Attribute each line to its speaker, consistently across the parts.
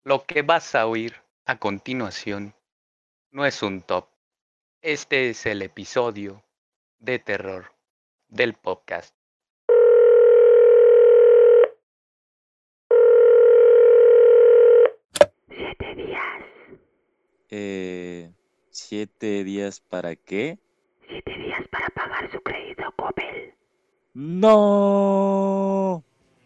Speaker 1: Lo que vas a oír a continuación no es un top. Este es el episodio de terror del podcast.
Speaker 2: Eh, 7 días para qué?
Speaker 3: 7 días para pagar su crédito Coppel.
Speaker 2: ¡No!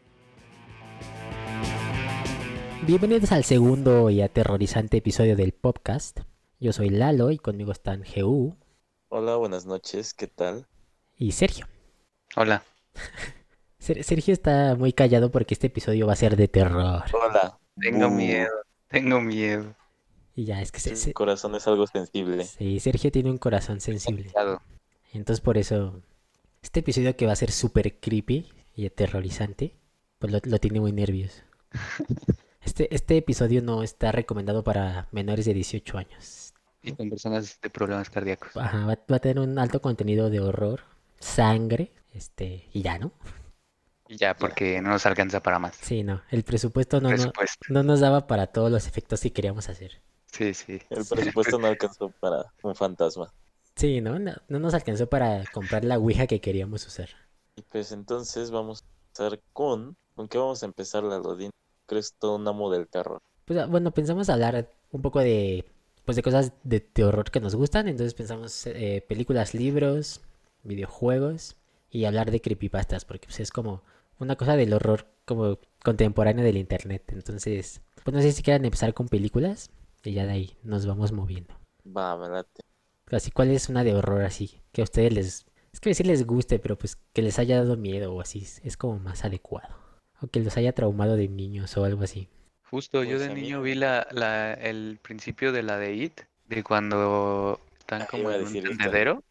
Speaker 4: Bienvenidos al segundo y aterrorizante episodio del podcast. Yo soy Lalo y conmigo están GU
Speaker 2: Hola, buenas noches, ¿qué tal?
Speaker 4: y Sergio.
Speaker 1: Hola.
Speaker 4: Sergio está muy callado porque este episodio va a ser de terror.
Speaker 2: Hola.
Speaker 1: Tengo
Speaker 2: Bu.
Speaker 1: miedo.
Speaker 4: Y ya, es que
Speaker 2: Mi corazón es algo sensible.
Speaker 4: sí, Sergio tiene un corazón sensible.
Speaker 1: Cuidado.
Speaker 4: Entonces por eso, este episodio que va a ser súper creepy y aterrorizante, pues lo tiene muy nervioso. Este episodio no está recomendado para menores de 18 años.
Speaker 1: Y con personas de problemas cardíacos.
Speaker 4: Ajá, va a tener un alto contenido de horror, sangre, y ya, ¿no?
Speaker 1: Y ya, porque no nos alcanza para más.
Speaker 4: Sí, no, el presupuesto
Speaker 1: Presupuesto.
Speaker 4: no nos daba para todos los efectos que queríamos hacer.
Speaker 1: Sí, sí.
Speaker 2: El presupuesto no alcanzó para un fantasma.
Speaker 4: Sí, no nos alcanzó para comprar la ouija que queríamos usar.
Speaker 2: Y pues entonces vamos a empezar ¿Con qué vamos a empezar, Lalo? ¿Crees todo un amo del terror?
Speaker 4: Pues bueno, pensamos hablar un poco de cosas de horror que nos gustan, entonces pensamos películas, libros, videojuegos y hablar de creepypastas, porque pues es como una cosa del horror como contemporáneo del internet. Entonces, pues no sé si quieran empezar con películas y ya de ahí nos vamos moviendo.
Speaker 2: Va, me late.
Speaker 4: Así, ¿cuál es una de horror así? Que a ustedes es que decir les guste, pero pues que les haya dado miedo o así es como más adecuado. O que los haya traumado de niños o algo así.
Speaker 1: Justo yo
Speaker 2: Pues
Speaker 1: de
Speaker 2: a mí
Speaker 1: niño vi el principio de la de It, de cuando están como
Speaker 2: iba a
Speaker 1: en un
Speaker 2: decir esto.
Speaker 1: tendedero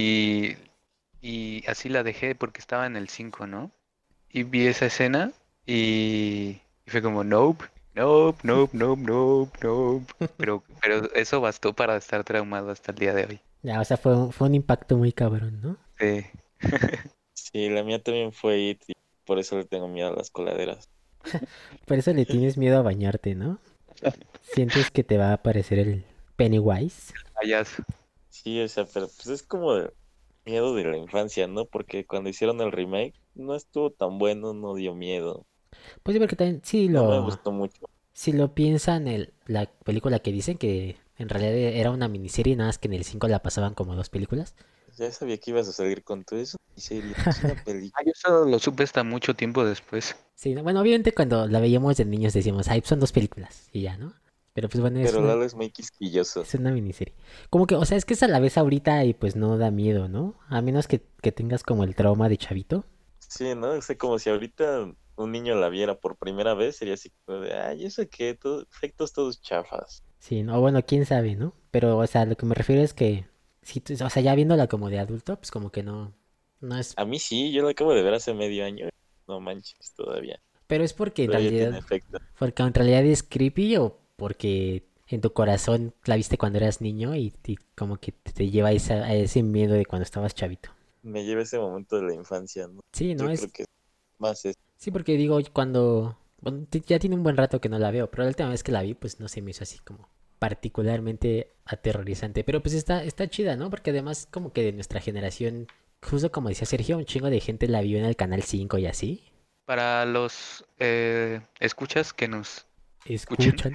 Speaker 1: y así la dejé porque estaba en el 5, ¿no? Y vi esa escena y fue como nope, nope, nope, nope, nope, nope. Pero eso bastó para estar traumado hasta el día de hoy.
Speaker 4: Ya, o sea, fue un impacto muy cabrón, ¿no?
Speaker 1: Sí.
Speaker 2: Sí, la mía también fue It y por eso le tengo miedo a las coladeras.
Speaker 4: Por eso le tienes miedo a bañarte, ¿no? Sientes que te va a aparecer el Pennywise.
Speaker 1: Payaso.
Speaker 2: Sí, o sea, pero pues es como de miedo de la infancia, ¿no? Porque cuando hicieron el remake no estuvo tan bueno, no dio miedo.
Speaker 4: Pues sí, porque también,
Speaker 2: No me gustó mucho.
Speaker 4: si lo piensan, la película que dicen que en realidad era una miniserie, nada más que en el 5 la pasaban como dos películas.
Speaker 2: Ya sabía que ibas a salir con todo eso. Y serie, es una película.
Speaker 1: Yo solo lo supe hasta mucho tiempo después.
Speaker 4: Sí, ¿no? Bueno, obviamente cuando la veíamos de niños decíamos, ay, son dos películas y ya, ¿no? Pero pues bueno,
Speaker 2: Pero Lalo es muy quisquilloso.
Speaker 4: es una miniserie. Como que, o sea, es que esa la ves ahorita y pues no da miedo, ¿no? A menos que tengas como el trauma de chavito.
Speaker 2: Sí, ¿no? O sea, como si ahorita un niño la viera por primera vez, sería así como de, ay, ¿eso qué? Efectos todos chafas.
Speaker 4: Sí, no, bueno, quién sabe, ¿no? Pero, o sea, lo que me refiero es que, si tú, o sea, ya viéndola como de adulto, pues como que no es.
Speaker 2: A mí sí, yo la acabo de ver hace medio año. No manches, todavía.
Speaker 4: Pero es
Speaker 2: Todavía tiene efecto.
Speaker 4: porque en realidad es creepy o porque en tu corazón la viste cuando eras niño y como que te lleva a ese miedo de cuando estabas chavito.
Speaker 2: Me lleva ese momento de la infancia, ¿no?
Speaker 4: Sí, ¿no?
Speaker 2: Yo creo que más es.
Speaker 4: Sí, porque digo, bueno, ya tiene un buen rato que no la veo, pero la última vez que la vi, pues no se me hizo así como particularmente aterrorizante. Pero pues está chida, ¿no? Porque además como que de nuestra generación, justo como decía Sergio, un chingo de gente la vio en el Canal 5 y así.
Speaker 1: Para los escuchas que nos escuchan
Speaker 4: Escuchan.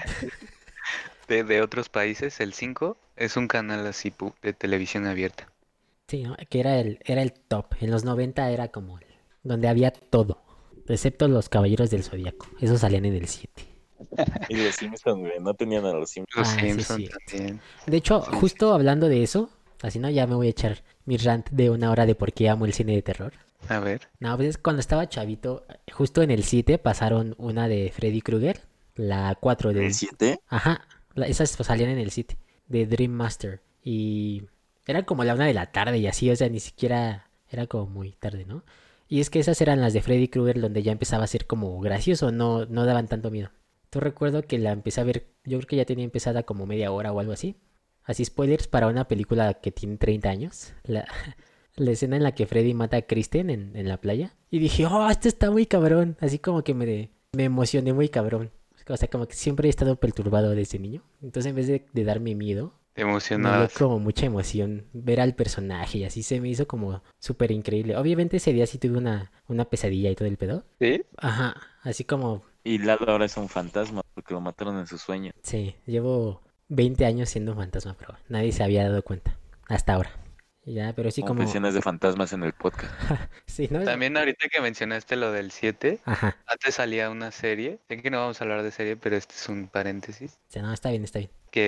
Speaker 1: de otros países, el 5 es un canal así de televisión abierta.
Speaker 4: Sí, ¿no? Que era el top. En los 90 era como donde había todo. Excepto los Caballeros del Zodiaco. Esos salían en el 7.
Speaker 2: Y los Simpsons, güey, no tenían a los Simpsons.
Speaker 1: Los
Speaker 4: Ah, sí,
Speaker 1: Simpsons
Speaker 4: sí.
Speaker 1: también.
Speaker 4: De hecho,
Speaker 1: Sí,
Speaker 4: justo hablando de eso, así no, ya me voy a echar mi rant de una hora de por qué amo el cine de terror.
Speaker 1: a ver.
Speaker 4: No, pues es cuando estaba chavito, justo en el 7 pasaron una de Freddy Krueger, la 4
Speaker 2: ¿El
Speaker 4: de...
Speaker 2: 7?
Speaker 4: Ajá, esas salían en el 7, de Dream Master. Y era como la 1 de la tarde y así, o sea, ni siquiera era como muy tarde, ¿no? Y es que esas eran las de Freddy Krueger donde ya empezaba a ser como gracioso, no daban tanto miedo. Tú recuerdo que la empecé a ver, yo creo que ya tenía empezada como media hora o algo así. Así spoilers para una película que tiene 30 años. La escena en la que Freddy mata a Kristen en la playa. Y dije, oh, esto está muy cabrón. Así como que me emocioné muy cabrón. O sea, como que siempre he estado perturbado desde niño. Entonces, en vez de darme miedo,
Speaker 1: Te
Speaker 4: me dio
Speaker 1: emocionabas.
Speaker 4: como mucha emoción ver al personaje y así se me hizo como súper increíble. Obviamente ese día sí tuve una pesadilla y todo el pedo.
Speaker 1: ¿Sí?
Speaker 4: Ajá, así como,
Speaker 2: Y Lalo ahora es un fantasma porque lo mataron en su sueño.
Speaker 4: sí, llevo 20 años siendo un fantasma, pero nadie se había dado cuenta hasta ahora. Y ya, pero sí como,
Speaker 2: Confesiones de fantasmas en el podcast.
Speaker 4: sí, ¿no?
Speaker 1: También ahorita que mencionaste lo del 7,
Speaker 4: Ajá,
Speaker 1: antes salía una serie, sé que no vamos a hablar de serie, pero este es un paréntesis,
Speaker 4: o sea, no, está bien, está bien.
Speaker 1: que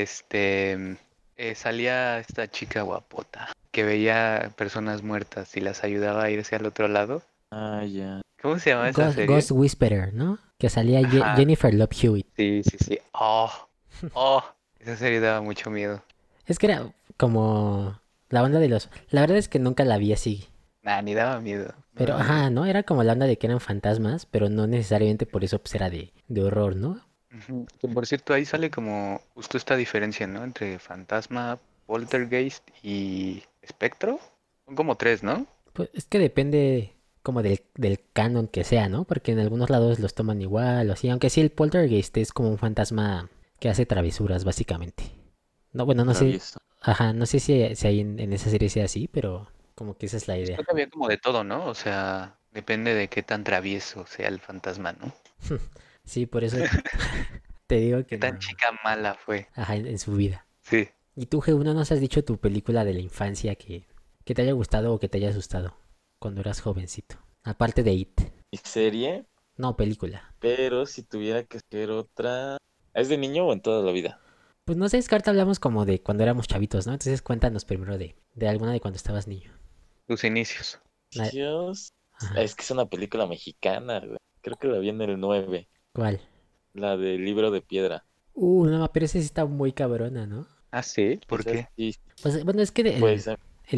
Speaker 1: salía esta chica guapota, que veía personas muertas y las ayudaba a irse al otro lado.
Speaker 2: Ah, ya.
Speaker 1: ¿Cómo se llama esa
Speaker 4: Ghost
Speaker 1: serie?
Speaker 4: Whisperer, ¿no? Que salía
Speaker 1: Ajá,
Speaker 4: Jennifer Love Hewitt.
Speaker 1: sí, sí, sí. Oh, oh, esa serie daba mucho miedo.
Speaker 4: Es que era como la onda de los... La verdad es que nunca la vi así.
Speaker 1: Nah, ni daba miedo, no
Speaker 4: Pero,
Speaker 1: daba miedo.
Speaker 4: ajá, ¿no? Era como la onda de que eran fantasmas, pero no necesariamente por eso pues era de horror, ¿no?
Speaker 1: Ujú. Que por cierto, ahí sale como justo esta diferencia, ¿no? Entre fantasma, poltergeist y espectro. Son como tres, ¿no?
Speaker 4: Pues es que depende como del canon que sea, ¿no? Porque en algunos lados los toman igual o así. Aunque sí el poltergeist es como un fantasma que hace travesuras, básicamente. No, bueno, no sé.
Speaker 2: Travieso.
Speaker 4: Ajá, no sé si ahí en esa serie sea así, pero como que esa es la
Speaker 1: Pues
Speaker 4: idea.
Speaker 1: creo que había como de todo, ¿no? O sea, depende de qué tan travieso sea el fantasma, ¿no?
Speaker 4: Sí, por eso te digo
Speaker 1: Qué
Speaker 4: que
Speaker 1: tan
Speaker 4: no.
Speaker 1: chica mala fue.
Speaker 4: Ajá, en su vida.
Speaker 1: Sí.
Speaker 4: ¿Y tú, G1, nos has dicho tu película de la infancia que te haya gustado o que te haya asustado cuando eras jovencito? Aparte de It.
Speaker 2: Mi serie,
Speaker 4: No, película.
Speaker 2: pero si tuviera que ser otra. ¿Es de niño o en toda la vida?
Speaker 4: Pues no sé, es que ahorita hablamos como de cuando éramos chavitos, ¿no? Entonces cuéntanos primero de alguna de cuando estabas niño.
Speaker 1: Tus inicios.
Speaker 4: La-
Speaker 2: Dios.
Speaker 4: Ajá.
Speaker 2: Es que es una película mexicana, güey. Creo que la vi en el 9,
Speaker 4: ¿Cuál?
Speaker 2: la del Libro de Piedra.
Speaker 4: No, pero esa sí está muy cabrona, ¿no?
Speaker 1: Ah, sí. ¿Por
Speaker 2: Esa
Speaker 1: qué?
Speaker 2: sí,
Speaker 4: Pues bueno, es que
Speaker 2: pues,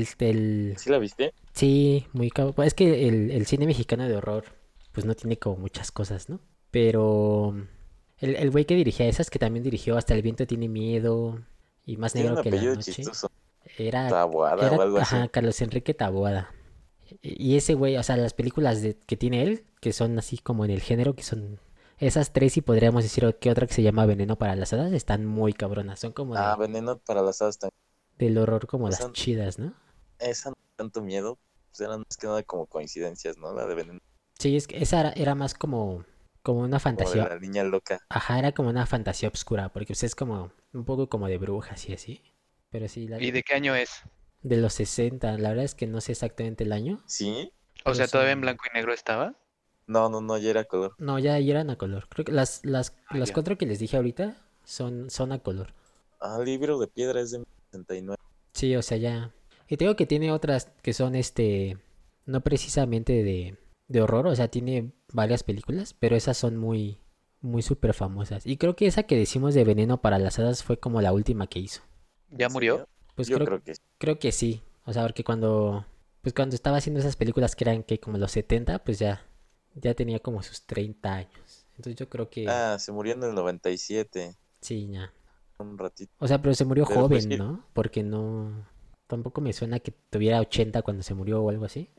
Speaker 2: ¿sí la viste?
Speaker 4: sí, muy cabrón. Pues es que el cine mexicano de horror, pues no tiene como muchas cosas, ¿no? Pero el güey que dirigía esas, que también dirigió Hasta el viento tiene miedo y Más
Speaker 2: Tiene un
Speaker 4: negro que la
Speaker 2: apellido
Speaker 4: noche,
Speaker 2: chistoso.
Speaker 4: era,
Speaker 2: Taboada o algo así.
Speaker 4: ajá, Carlos Enrique Taboada. Y ese güey, o sea, las películas que tiene él, que son así como en el género, que son esas tres y podríamos decir que otra que se llama Veneno para las Hadas, están muy cabronas, son como
Speaker 2: Ah, Veneno para las hadas también.
Speaker 4: del horror como las
Speaker 2: Esa,
Speaker 4: chidas, ¿no?
Speaker 2: esa no da tanto miedo. Pues eran más que nada como coincidencias, ¿no? La de Veneno,
Speaker 4: Sí, es que esa era más como una
Speaker 2: como de
Speaker 4: fantasía,
Speaker 2: la niña loca.
Speaker 4: ajá, era como una fantasía oscura, porque pues, es como un poco como de brujas y así. Pero sí,
Speaker 1: ¿Y de qué año es?
Speaker 4: de los 60 la verdad es que no sé exactamente el año,
Speaker 2: ¿Sí?
Speaker 1: O
Speaker 4: pero
Speaker 1: sea, todavía en
Speaker 4: son...
Speaker 1: blanco y negro estaba.
Speaker 2: No, no, no, ya era color.
Speaker 4: No, ya eran a color. Creo que
Speaker 1: Ah,
Speaker 4: las
Speaker 1: ya.
Speaker 4: cuatro que les dije ahorita son a color.
Speaker 2: Ah, Libro de Piedra es de 69.
Speaker 4: Sí, o sea, ya. Y tengo que tiene otras que son no precisamente de horror, o sea, tiene varias películas, pero esas son muy súper famosas. Y creo que esa que decimos de Veneno para las Hadas fue como la última que hizo.
Speaker 1: ¿Ya
Speaker 2: ¿En
Speaker 1: murió?
Speaker 2: serio?
Speaker 4: Pues
Speaker 2: Yo creo que sí.
Speaker 4: creo que sí. O sea, porque pues cuando estaba haciendo esas películas que eran que como los 70 pues ya tenía como sus 30 años. Entonces yo creo que
Speaker 2: Ah, se murió en el 97.
Speaker 4: sí, ya.
Speaker 2: Un ratito.
Speaker 4: O sea, pero se murió
Speaker 2: Pero pues
Speaker 4: joven,
Speaker 2: sí,
Speaker 4: ¿no? Porque tampoco me suena que tuviera 80 cuando se murió o algo así.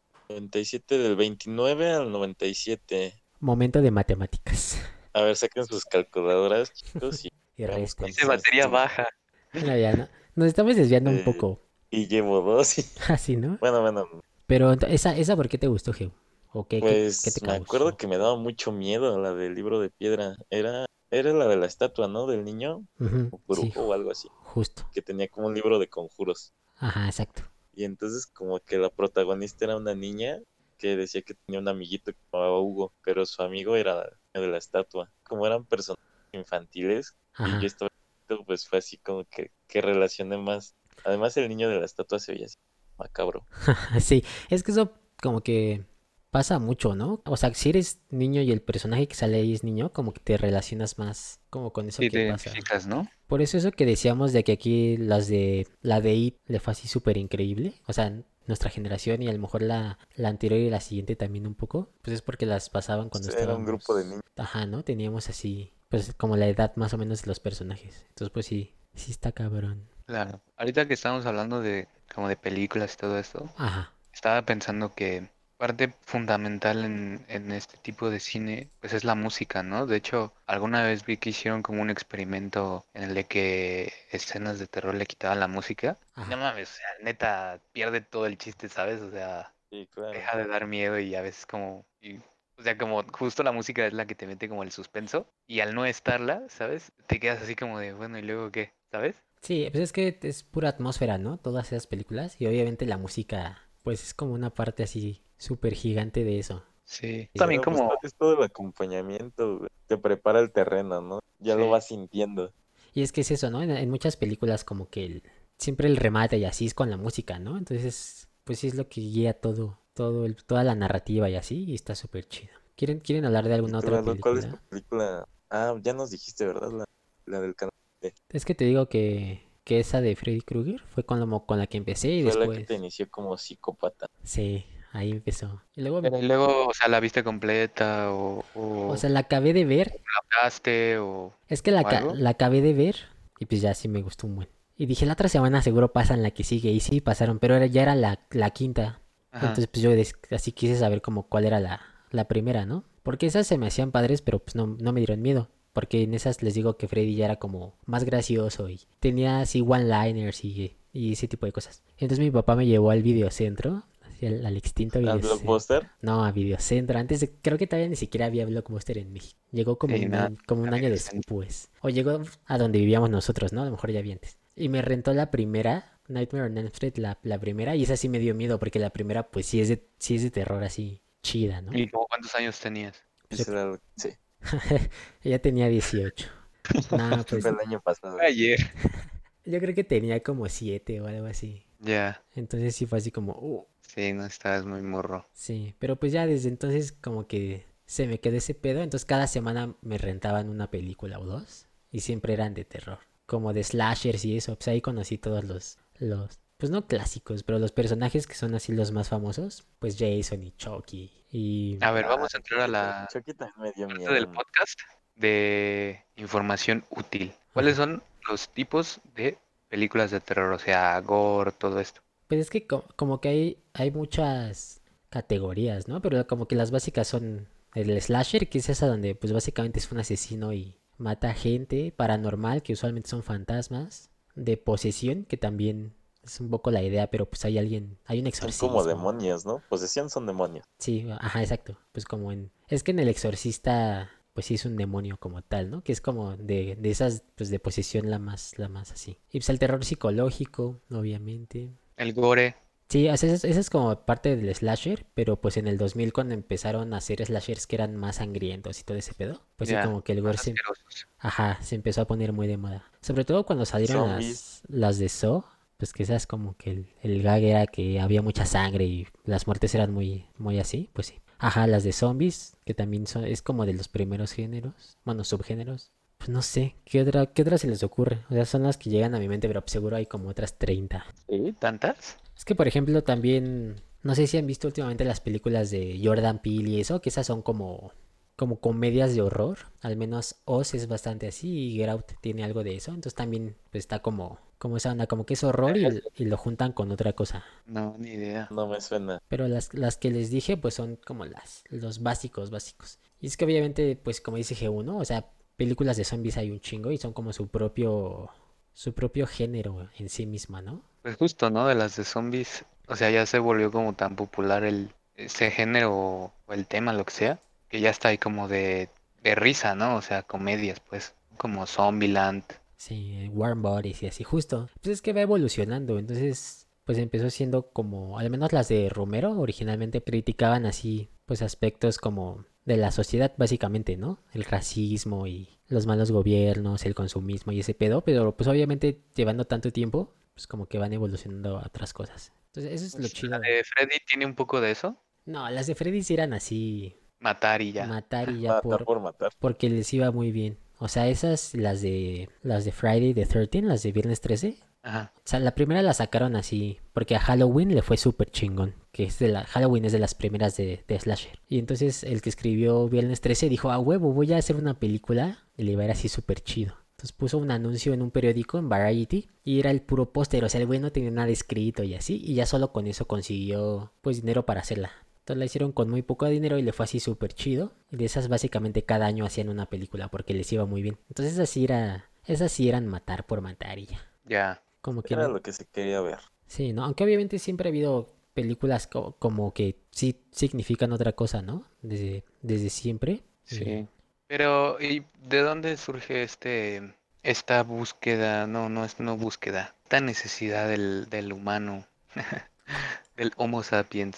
Speaker 2: 97 del 29 al 97.
Speaker 4: Momento de matemáticas.
Speaker 2: A ver, saquen sus calculadoras, chicos, y
Speaker 4: Y
Speaker 2: veamos
Speaker 4: resten.
Speaker 1: Dice
Speaker 2: cuántos años
Speaker 1: batería
Speaker 2: tuvo.
Speaker 1: baja.
Speaker 4: Bueno, ya no. Nos estamos desviando un
Speaker 2: Eh,
Speaker 4: poco.
Speaker 2: y llevo dos.
Speaker 4: Así, ¿no?
Speaker 2: Bueno,
Speaker 4: Pero esa ¿por qué te gustó, Geo? ¿O qué te
Speaker 2: pues me acuerdo
Speaker 4: causó?
Speaker 2: que me daba mucho miedo la del Libro de Piedra. Era la de la estatua, ¿no? Del niño,
Speaker 4: Ujú,
Speaker 2: o
Speaker 4: sí,
Speaker 2: brujo o algo así,
Speaker 4: justo.
Speaker 2: que tenía como un libro de conjuros.
Speaker 4: Ajá, exacto.
Speaker 2: Y entonces como que la protagonista era una niña que decía que tenía un amiguito que se llamaba Hugo, pero su amigo era de la estatua. Como eran personajes infantiles y yo
Speaker 4: Ajá.
Speaker 2: estaba, pues fue así como que relacioné más. Además el niño de la estatua se veía así macabro.
Speaker 4: Sí, es que eso como que pasa mucho, ¿no? O sea, si eres niño y el personaje que sale ahí es niño, como que te relacionas más como con eso
Speaker 1: Sí,
Speaker 4: que
Speaker 1: te
Speaker 4: pasa.
Speaker 1: identificas, ¿no?
Speaker 4: Por eso que decíamos de que aquí la de It le fue así súper increíble. O sea, nuestra generación y a lo mejor la anterior y la siguiente también un poco. Pues es porque las pasaban cuando
Speaker 2: Era un grupo de
Speaker 4: estábamos...
Speaker 2: niños.
Speaker 4: Ajá, ¿no? Teníamos así, pues como la edad más o menos de los personajes. Entonces, pues sí está cabrón.
Speaker 1: Claro. Ahorita que estamos hablando de como de películas y todo esto,
Speaker 4: Ajá.
Speaker 1: estaba pensando que, parte fundamental en este tipo de cine, pues es la música, ¿no? De hecho, alguna vez vi que hicieron como un experimento en el de que escenas de terror le quitaban la música. Y no
Speaker 4: Ajá.
Speaker 1: mames, o sea, neta, pierde todo el chiste, ¿sabes? O sea,
Speaker 2: Sí, claro.
Speaker 1: deja de dar miedo y a veces o sea, como justo la música es la que te mete como el suspenso y al no estarla, ¿sabes? Te quedas así como de, bueno, ¿y luego qué? ¿Sabes?
Speaker 4: Sí, pues es que es pura atmósfera, ¿no? Todas esas películas. Y obviamente la música, pues es como una parte así súper gigante de eso.
Speaker 1: Sí.
Speaker 4: Y-
Speaker 1: También
Speaker 2: No, pues
Speaker 1: como,
Speaker 2: es todo el acompañamiento, güey. Te prepara el terreno, ¿no? Ya lo
Speaker 1: sí.
Speaker 2: vas sintiendo.
Speaker 4: Y es que es eso, ¿no? En muchas películas como que siempre el remate y así es con la música, ¿no? Entonces, pues sí es lo que guía toda la narrativa y así, y está súper chido. ¿Quieren hablar de
Speaker 2: ¿Y
Speaker 4: alguna
Speaker 2: tú,
Speaker 4: otra
Speaker 2: Lalo, cuál es tu
Speaker 4: película?
Speaker 2: película? Ah, ya nos dijiste, ¿verdad? La del canal.
Speaker 4: Es que te digo que esa de Freddy Krueger fue con la que empecé y
Speaker 2: Fue la que te
Speaker 4: después,
Speaker 2: inició como psicópata.
Speaker 4: sí, ahí empezó. Y luego,
Speaker 1: Pero y luego, o sea, la viste completa
Speaker 4: o sea, la acabé de ver.
Speaker 1: hablaste
Speaker 4: Es que
Speaker 1: o algo.
Speaker 4: la acabé de ver y pues ya sí me gustó un buen. Y dije, la otra semana seguro pasan la que sigue. Y sí, pasaron, pero ya era la quinta.
Speaker 1: Ajá.
Speaker 4: Entonces pues yo así quise saber como cuál era la primera, ¿no? Porque esas se me hacían padres, pero pues no me dieron miedo. Porque en esas les digo que Freddy ya era como más gracioso y tenía así one-liners y ese tipo de cosas. Entonces mi papá me llevó al videocentro, así al extinto
Speaker 2: ¿Al
Speaker 4: videocentro.
Speaker 2: Blockbuster?
Speaker 4: No, a videocentro. Creo que todavía ni siquiera había Blockbuster en México. Llegó como
Speaker 1: Sí, nada,
Speaker 4: como un año después. O llegó a donde vivíamos nosotros, ¿no? A lo mejor ya vi antes. Y me rentó la primera, Nightmare on Elm Street, la primera. Y esa sí me dio miedo porque la primera pues sí es de terror así chida, ¿no?
Speaker 1: ¿Y como cuántos años tenías?
Speaker 4: Pues yo,
Speaker 2: Dice Lalo. Sí,
Speaker 4: ella tenía 18. No,
Speaker 2: fue
Speaker 4: pues
Speaker 2: el año pasado.
Speaker 1: Ayer.
Speaker 4: yo creo que tenía como 7 o algo así.
Speaker 1: Ya.
Speaker 4: Entonces sí fue así como,
Speaker 1: Sí, no estabas muy morro.
Speaker 4: sí. Pero pues ya desde entonces como que se me quedó ese pedo. Entonces cada semana me rentaban una película o dos. Y siempre eran de terror. Como de slashers y eso. Pues ahí conocí todos pues no clásicos, pero los personajes que son así los más famosos. Pues Jason y Chucky. Y
Speaker 1: A ver,
Speaker 2: Ah,
Speaker 1: vamos a entrar a la
Speaker 2: Chucky también me dio
Speaker 1: parte del
Speaker 2: miedo.
Speaker 1: podcast de información útil. ¿Cuáles
Speaker 4: ajá.
Speaker 1: son los tipos de películas de terror? O sea, gore, todo esto.
Speaker 4: Pues es que como que hay muchas categorías, ¿no? Pero como que las básicas son el slasher, que es esa donde pues básicamente es un asesino y mata gente, paranormal, que usualmente son fantasmas, de posesión, que también es un poco la idea, pero pues hay un
Speaker 2: Son como
Speaker 4: exorcismo.
Speaker 2: demonios, ¿no? Posesión son demonios.
Speaker 4: Sí, ajá, exacto. Pues es que en el exorcista pues sí es un demonio como tal, ¿no? Que es como de esas pues de posesión la más así. Y pues el terror psicológico, obviamente.
Speaker 1: El gore.
Speaker 4: Sí, o sea, esa es como parte del slasher, pero pues en el 2000 cuando empezaron a hacer slashers que eran más sangrientos y todo ese pedo, pues sí
Speaker 1: Ya.
Speaker 4: como que el
Speaker 1: Más
Speaker 4: gore
Speaker 1: asquerosos.
Speaker 4: ajá, se empezó a poner muy de moda. Sobre todo cuando salieron
Speaker 2: Zombies.
Speaker 4: las de Saw, pues que esas como que el gag era que había mucha sangre y las muertes eran muy, muy así, pues sí. Ajá, las de zombies, que también es como de los primeros géneros, bueno, subgéneros. Pues no sé, ¿qué otra se les ocurre? O sea, son las que llegan a mi mente, pero pues seguro hay como otras 30.
Speaker 1: ¿Sí? ¿Tantas?
Speaker 4: Es que, por ejemplo, también, no sé si han visto últimamente las películas de Jordan Peele y eso, que esas son como comedias de horror. Al menos Oz es bastante así y Get Out tiene algo de eso. Entonces también pues, está como esa onda, como que es horror y lo juntan con otra cosa.
Speaker 1: No, ni idea.
Speaker 2: No me suena.
Speaker 4: Pero las que les dije, pues son como los básicos, básicos. Y es que obviamente, pues como dice G1, o sea, películas de zombies hay un chingo y son como su propio género en sí misma, ¿no?
Speaker 1: Pues justo, ¿no? De las de zombies. O sea, ya se volvió como tan popular ese género o el tema, lo que sea, que ya está ahí como de risa, ¿no? O sea, comedias, pues. Como Zombieland.
Speaker 4: Sí, Warm Bodies y así, justo. Pues es que va evolucionando, entonces, pues empezó siendo como, al menos las de Romero originalmente criticaban así, pues aspectos como de la sociedad básicamente, ¿no? El racismo y los malos gobiernos, el consumismo y ese pedo, pero pues obviamente llevando tanto tiempo, pues como que van evolucionando a otras cosas. Entonces, eso es lo
Speaker 1: Pues la
Speaker 4: chido.
Speaker 1: de Freddy tiene un poco de eso.
Speaker 4: No, las de Freddy sí eran así,
Speaker 1: Matar y ya.
Speaker 4: matar y ya
Speaker 2: Matar por matar.
Speaker 4: porque les iba muy bien. O sea, esas, las de Friday the 13, las de Viernes 13.
Speaker 1: Ajá.
Speaker 4: O sea, la primera la sacaron así, porque a Halloween le fue súper chingón. Halloween es de las primeras de Slasher. Y entonces el que escribió Viernes 13 dijo, a huevo, voy a hacer una película y le va a ir así súper chido. Entonces puso un anuncio en un periódico, en Variety, y era el puro póster. O sea, el güey no tenía nada escrito y así, y ya solo con eso consiguió, pues, dinero para hacerla. Entonces la hicieron con muy poco dinero y le fue así súper chido. Y de esas básicamente cada año hacían una película porque les iba muy bien. Entonces esas sí eran matar por matar y ya.
Speaker 1: Ya.
Speaker 4: Como que
Speaker 2: Era
Speaker 4: no.
Speaker 2: lo que se quería ver.
Speaker 4: Sí, ¿no? Aunque obviamente siempre ha habido películas como que sí significan otra cosa, ¿no? Desde siempre.
Speaker 1: Sí. Pero, ¿y de dónde surge esta búsqueda? No búsqueda, esta necesidad del humano, del Homo sapiens,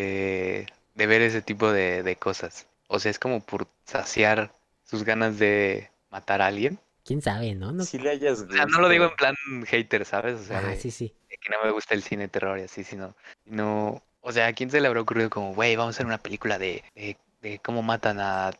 Speaker 1: de ver ese tipo de cosas? O sea, es como por saciar sus ganas de matar a alguien.
Speaker 4: ¿Quién sabe, no? No.
Speaker 2: Si le hayas
Speaker 1: O sea, no lo digo en
Speaker 2: gusto.
Speaker 1: plan hater, ¿sabes? O sea,
Speaker 4: Ajá, sí, sí.
Speaker 1: de que no me gusta el cine de terror y así, sino, o sea, ¿a quién se le habrá ocurrido como, güey, vamos a hacer una película de cómo matan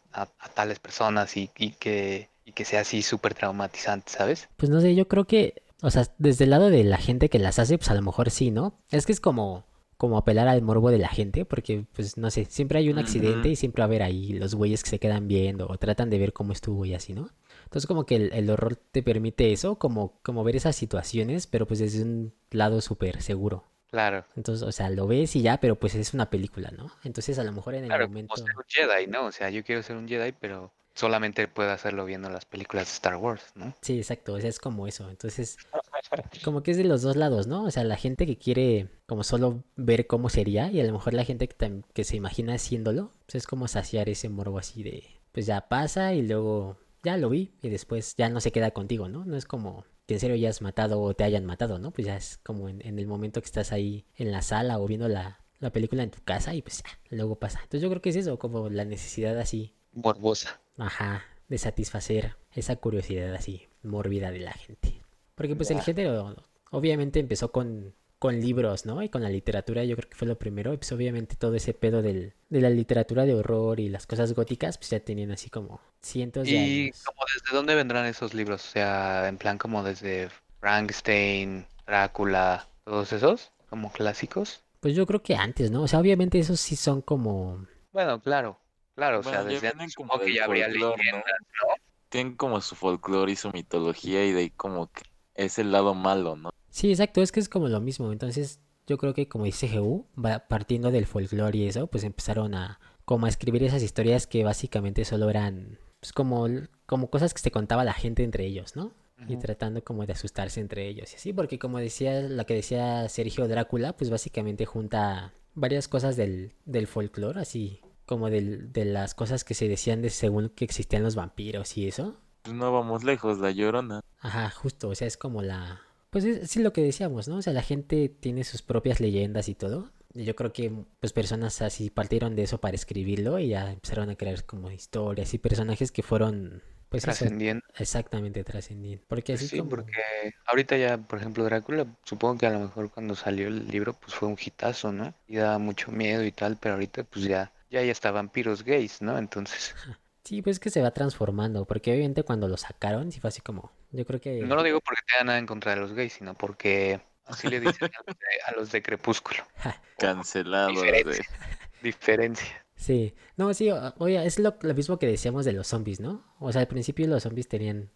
Speaker 1: a tales personas y que sea así súper traumatizante, ¿sabes?
Speaker 4: Pues no sé, yo creo que, o sea, desde el lado de la gente que las hace, pues a lo mejor sí, ¿no? Es que es como apelar al morbo de la gente, porque, pues no sé, siempre hay un accidente
Speaker 2: Ujú.
Speaker 4: y siempre va a haber ahí los güeyes que se quedan viendo o tratan de ver cómo estuvo y así, ¿no? Entonces como que el horror te permite eso, como ver esas situaciones, pero pues desde un lado súper seguro.
Speaker 1: Claro,
Speaker 4: Entonces, o sea, lo ves y ya, pero pues es una película, ¿no? Entonces a lo mejor en el
Speaker 1: claro, como
Speaker 4: momento...
Speaker 1: ser un Jedi, ¿no? O sea, yo quiero ser un Jedi, pero solamente puedo hacerlo viendo las películas de Star Wars, ¿no?
Speaker 4: Sí, exacto, o sea, es como eso. Entonces, como que es de los dos lados, ¿no? O sea, la gente que quiere como solo ver cómo sería y a lo mejor la gente que se imagina haciéndolo, pues es como saciar ese morbo así de, pues ya pasa y luego ya lo vi y después ya no se queda contigo, ¿no? No es como que en serio ya has matado o te hayan matado, ¿no? Pues ya es como en el momento que estás ahí en la sala o viendo la película en tu casa y pues ya, luego pasa. Entonces yo creo que es eso, como la necesidad así,
Speaker 1: Morbosa.
Speaker 4: ajá, de satisfacer esa curiosidad así mórbida de la gente. Porque pues el
Speaker 1: Ya.
Speaker 4: género obviamente empezó con libros, ¿no? Y con la literatura yo creo que fue lo primero. Y pues obviamente todo ese pedo de la literatura de horror y las cosas góticas pues ya tenían así como cientos de
Speaker 1: ¿Y
Speaker 4: años.
Speaker 1: como desde dónde vendrán esos libros? O sea, en plan como desde Frankenstein, Drácula, todos esos, como clásicos.
Speaker 4: Pues yo creo que antes, ¿no? O sea, obviamente esos sí son como...
Speaker 1: Bueno, claro, o sea,
Speaker 2: Bueno, ya
Speaker 1: desde antes
Speaker 2: vienen como
Speaker 1: supongo que
Speaker 2: del
Speaker 1: ya habría
Speaker 2: folclore,
Speaker 1: leyendas,
Speaker 2: ¿no?
Speaker 1: ¿no?
Speaker 2: Tienen como su folclore y su mitología y de ahí como que es el lado malo, ¿no?
Speaker 4: Sí, exacto, es que es como lo mismo. Entonces yo creo que como dice GU, partiendo del folclore y eso, pues empezaron a como a escribir esas historias que básicamente solo eran pues como cosas que se contaba la gente entre ellos, ¿no? Y
Speaker 1: Ujú.
Speaker 4: tratando como de asustarse entre ellos y así, porque como decía, la que decía Sergio Drácula, pues básicamente junta varias cosas del folclore, así como de las cosas que se decían de según que existían los vampiros y eso.
Speaker 2: Pues no vamos lejos, La Llorona.
Speaker 4: Ajá, justo, o sea, es como pues sí lo que decíamos, ¿no? O sea, la gente tiene sus propias leyendas y todo. Y yo creo que pues personas así partieron de eso para escribirlo y ya empezaron a crear como historias y personajes que fueron, pues eso,
Speaker 1: Trascendiendo.
Speaker 4: exactamente trascendientes. Porque
Speaker 1: Pues
Speaker 4: así
Speaker 1: sí,
Speaker 4: como...
Speaker 1: porque ahorita ya, por ejemplo, Drácula, supongo que a lo mejor cuando salió el libro, pues fue un hitazo, ¿no? Y daba mucho miedo y tal, pero ahorita pues ya hay hasta vampiros gays, ¿no? Entonces,
Speaker 4: Sí, pues que se va transformando, porque obviamente cuando lo sacaron, sí fue así como, yo creo
Speaker 1: no
Speaker 4: que...
Speaker 1: lo digo porque tenga nada en contra de los gays, sino porque así le dicen a los de Crepúsculo.
Speaker 2: Cancelados de...
Speaker 1: Diferencia, diferencia.
Speaker 4: Sí, no, sí, oye, es lo mismo que decíamos de los zombies, ¿no? O sea, al principio los zombies tenían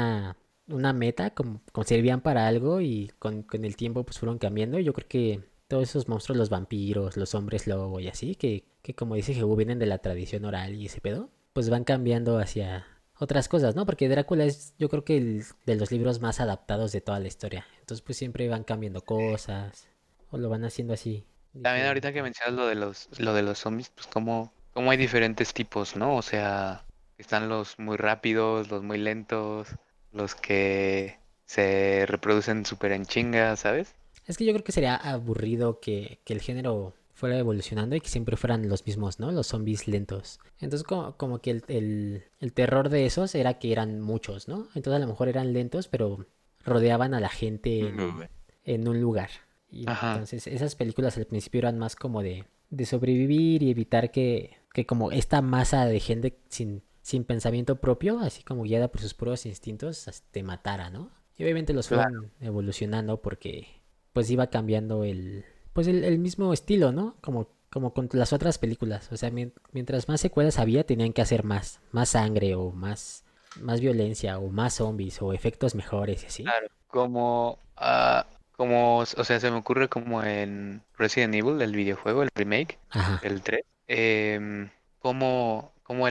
Speaker 4: una meta, como servían para algo y con el tiempo pues fueron cambiando. Y yo creo que todos esos monstruos, los vampiros, los hombres lobo y así, que como dice Jehu, vienen de la tradición oral y ese pedo, pues van cambiando hacia otras cosas, ¿no? Porque Drácula es, yo creo que el de los libros más adaptados de toda la historia. Entonces pues siempre van cambiando cosas o lo van haciendo así,
Speaker 1: También ahorita que
Speaker 4: diferente.
Speaker 1: mencionas lo de los zombies, pues como hay diferentes tipos, ¿no? O sea, están los muy rápidos, los muy lentos, los que se reproducen súper en chinga, ¿sabes?
Speaker 4: Es que yo creo que sería aburrido que el género fuera evolucionando y que siempre fueran los mismos, ¿no? Los zombies lentos. Entonces como que el terror de esos era que eran muchos, ¿no? Entonces a lo mejor eran lentos, pero rodeaban a la gente en un lugar. Y
Speaker 1: Ajá,
Speaker 4: entonces esas películas al principio eran más como de sobrevivir y evitar que como esta masa de gente sin pensamiento propio, así como guiada por sus puros instintos, te matara, ¿no? Y obviamente los
Speaker 1: claro.
Speaker 4: fueron evolucionando porque pues iba cambiando pues el mismo estilo, ¿no? Como con las otras películas. O sea, mientras más secuelas había, tenían que hacer más sangre o más violencia o más zombies o efectos mejores y así.
Speaker 1: Claro. como, o sea, se me ocurre como en Resident Evil, el videojuego, el remake,
Speaker 4: Ajá,
Speaker 1: el 3. Como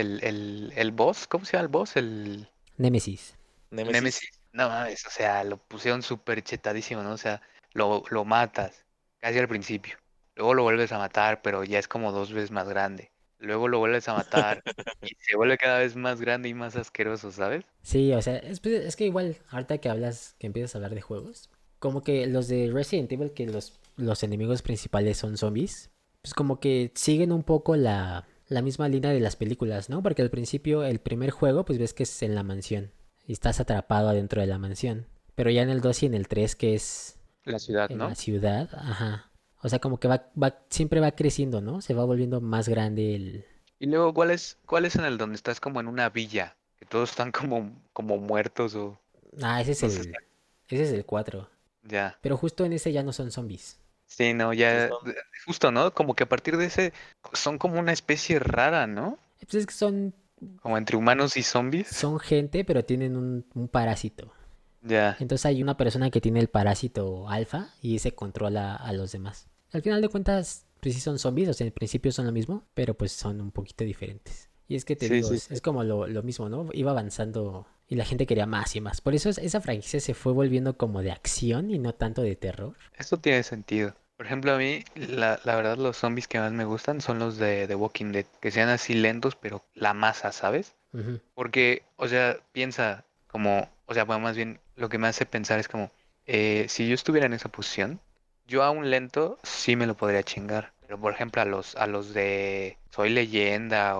Speaker 1: el boss, ¿cómo se llama el boss?
Speaker 4: Nemesis.
Speaker 1: El
Speaker 2: Nemesis.
Speaker 1: Nemesis. No mames, o sea, lo pusieron súper chetadísimo, ¿no? O sea, lo matas casi al principio. Luego lo vuelves a matar, pero ya es como 2 veces más grande. Luego lo vuelves a matar y se vuelve cada vez más grande y más asqueroso, ¿sabes?
Speaker 4: Sí, o sea, es que igual, ahorita que hablas, que empiezas a hablar de juegos, como que los de Resident Evil, que los enemigos principales son zombies, pues como que siguen un poco la misma línea de las películas, ¿no? Porque al principio, el primer juego, pues ves que es en la mansión y estás atrapado adentro de la mansión. Pero ya en el 2 y en el 3 que es
Speaker 1: La ciudad,
Speaker 4: en la
Speaker 1: ¿no?
Speaker 4: ciudad, ajá. O sea, como que siempre va creciendo, ¿no? Se va volviendo más grande el...
Speaker 1: Y luego, ¿cuál es en el donde estás como en una villa? Que todos están como muertos o
Speaker 4: Ah,
Speaker 1: no sé.
Speaker 4: ese es el 4.
Speaker 1: Ya.
Speaker 4: Pero justo en ese ya no son zombies.
Speaker 1: Sí, no,
Speaker 2: ¿Qué
Speaker 1: ya,
Speaker 2: son?
Speaker 1: justo, ¿no? Como que a partir de ese son como una especie rara, ¿no?
Speaker 4: Pues es que
Speaker 1: Como entre humanos y zombies.
Speaker 4: son gente, pero tienen un parásito.
Speaker 1: Ya.
Speaker 4: Entonces hay una persona que tiene el parásito alfa y ese controla a los demás. Al final de cuentas, pues sí son zombies, o sea, en principio son lo mismo, pero pues son un poquito diferentes. Y es que te
Speaker 1: Sí,
Speaker 4: digo,
Speaker 1: sí,
Speaker 4: es
Speaker 1: sí.
Speaker 4: como lo mismo, ¿no? Iba avanzando y la gente quería más y más. Por eso esa franquicia se fue volviendo como de acción y no tanto de terror.
Speaker 1: Esto tiene sentido. Por ejemplo, a mí, la verdad, los zombies que más me gustan son los de The Walking Dead. Que sean así lentos, pero la masa, ¿sabes?
Speaker 4: Ujú.
Speaker 1: Porque, o sea, piensa como, o sea, bueno, más bien lo que me hace pensar es como, si yo estuviera en esa posición, yo a un lento sí me lo podría chingar. Pero por ejemplo a los de Soy Leyenda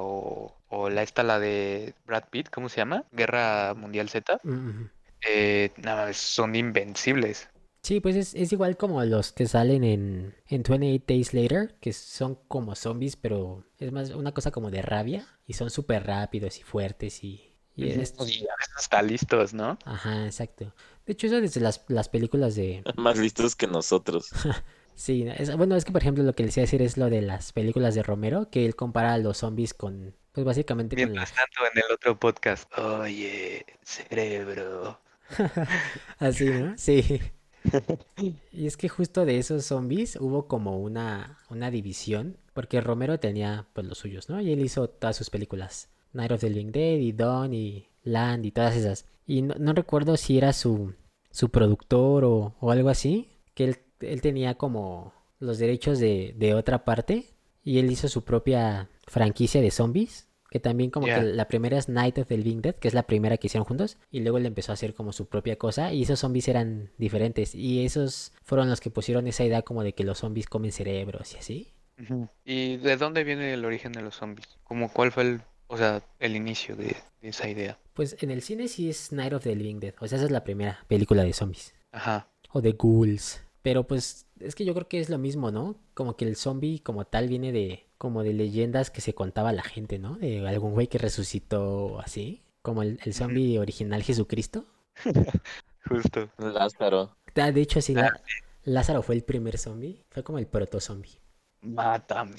Speaker 1: la de Brad Pitt, ¿cómo se llama? Guerra Mundial Z,
Speaker 4: Ujú.
Speaker 1: nada, son invencibles.
Speaker 4: Sí, pues es igual como los que salen en 28 Days Later, que son como zombies, pero es más una cosa como de rabia y son súper rápidos y fuertes y
Speaker 1: Ujú.
Speaker 4: es...
Speaker 1: Y a veces está listos, ¿no?
Speaker 4: Ajá, exacto. De hecho, eso desde las películas de...
Speaker 2: Más listos que nosotros.
Speaker 4: Sí, bueno, es que por ejemplo lo que les iba a decir es lo de las películas de Romero, que él compara a los zombies con, pues básicamente con la...
Speaker 1: Mientras tanto, en el otro podcast, oye, cerebro.
Speaker 4: Así, ¿no? Sí. Y es que justo de esos zombies hubo como una división, porque Romero tenía pues los suyos, ¿no? Y él hizo todas sus películas, Night of the Living Dead y Dawn y Land y todas esas. Y no recuerdo si era su productor o algo así, que él tenía como los derechos de otra parte y él hizo su propia franquicia de zombies. Que también como que
Speaker 1: Ya.
Speaker 4: la primera es Night of the Living Dead, que es la primera que hicieron juntos, y luego él empezó a hacer como su propia cosa, y esos zombies eran diferentes, y esos fueron los que pusieron esa idea como de que los zombies comen cerebros y así.
Speaker 1: Ujú. ¿Y de dónde viene el origen de los zombies? Como cuál fue o sea, el inicio de esa idea?
Speaker 4: Pues en el cine sí es Night of the Living Dead, o sea, esa es la primera película de zombies,
Speaker 1: Ajá.
Speaker 4: o de ghouls, pero pues es que yo creo que es lo mismo, ¿no? Como que el zombie como tal viene de como de leyendas que se contaba la gente, ¿no? De algún güey que resucitó o así, como el
Speaker 1: Ujú.
Speaker 4: zombie original Jesucristo.
Speaker 1: Justo.
Speaker 2: Lázaro.
Speaker 4: De hecho, sí,
Speaker 1: Ah,
Speaker 4: Lázaro fue el primer zombie. Fue como el proto-zombie.
Speaker 1: mátame.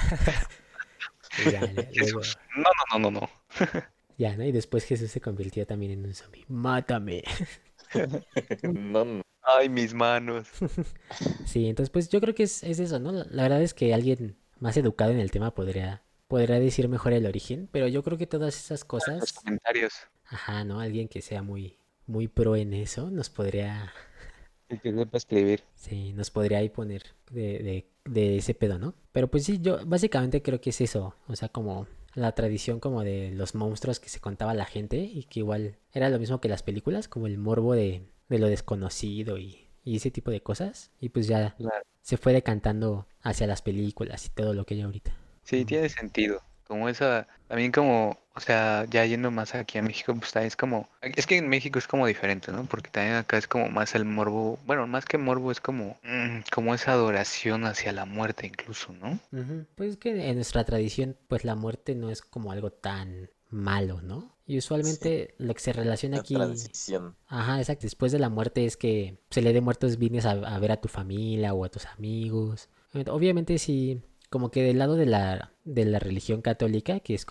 Speaker 4: Y ya, luego,
Speaker 1: Jesús. No, no, no, no, no.
Speaker 4: ya, ¿no? Y después Jesús se convirtió también en un zombie. ¡Mátame!
Speaker 2: No, no.
Speaker 1: Ay, mis manos.
Speaker 4: Sí, entonces, pues yo creo que es eso, ¿no? La verdad es que alguien más educado en el tema podría decir mejor el origen, pero yo creo que todas esas
Speaker 1: Los
Speaker 4: cosas,
Speaker 1: comentarios.
Speaker 4: ajá, ¿no? Alguien que sea muy pro en eso nos podría,
Speaker 1: El que sepa escribir.
Speaker 4: sí, nos podría ahí poner de ese pedo, ¿no? Pero pues sí, yo básicamente creo que es eso, o sea, como la tradición como de los monstruos que se contaba la gente y que igual era lo mismo que las películas, como el morbo de lo desconocido y ese tipo de cosas, y pues ya
Speaker 1: Claro.
Speaker 4: se fue decantando hacia las películas y todo lo que hay ahorita.
Speaker 1: Sí,
Speaker 4: Ujú.
Speaker 1: tiene sentido. Como esa, también como, o sea, ya yendo más aquí a México, pues también es como, es que en México es como diferente, ¿no? Porque también acá es como más el morbo, bueno, más que morbo es como esa adoración hacia la muerte incluso, ¿no?
Speaker 4: Ujú. Pues es que en nuestra tradición, pues la muerte no es como algo tan malo, ¿no? Y
Speaker 2: Sí,
Speaker 4: usualmente lo que se relaciona
Speaker 2: la
Speaker 4: aquí,
Speaker 2: transición.
Speaker 4: ajá, exacto, después de la muerte es que se le dé muertos vienes a ver a tu familia o a tus amigos. Obviamente sí, como que del lado de la religión católica, que es como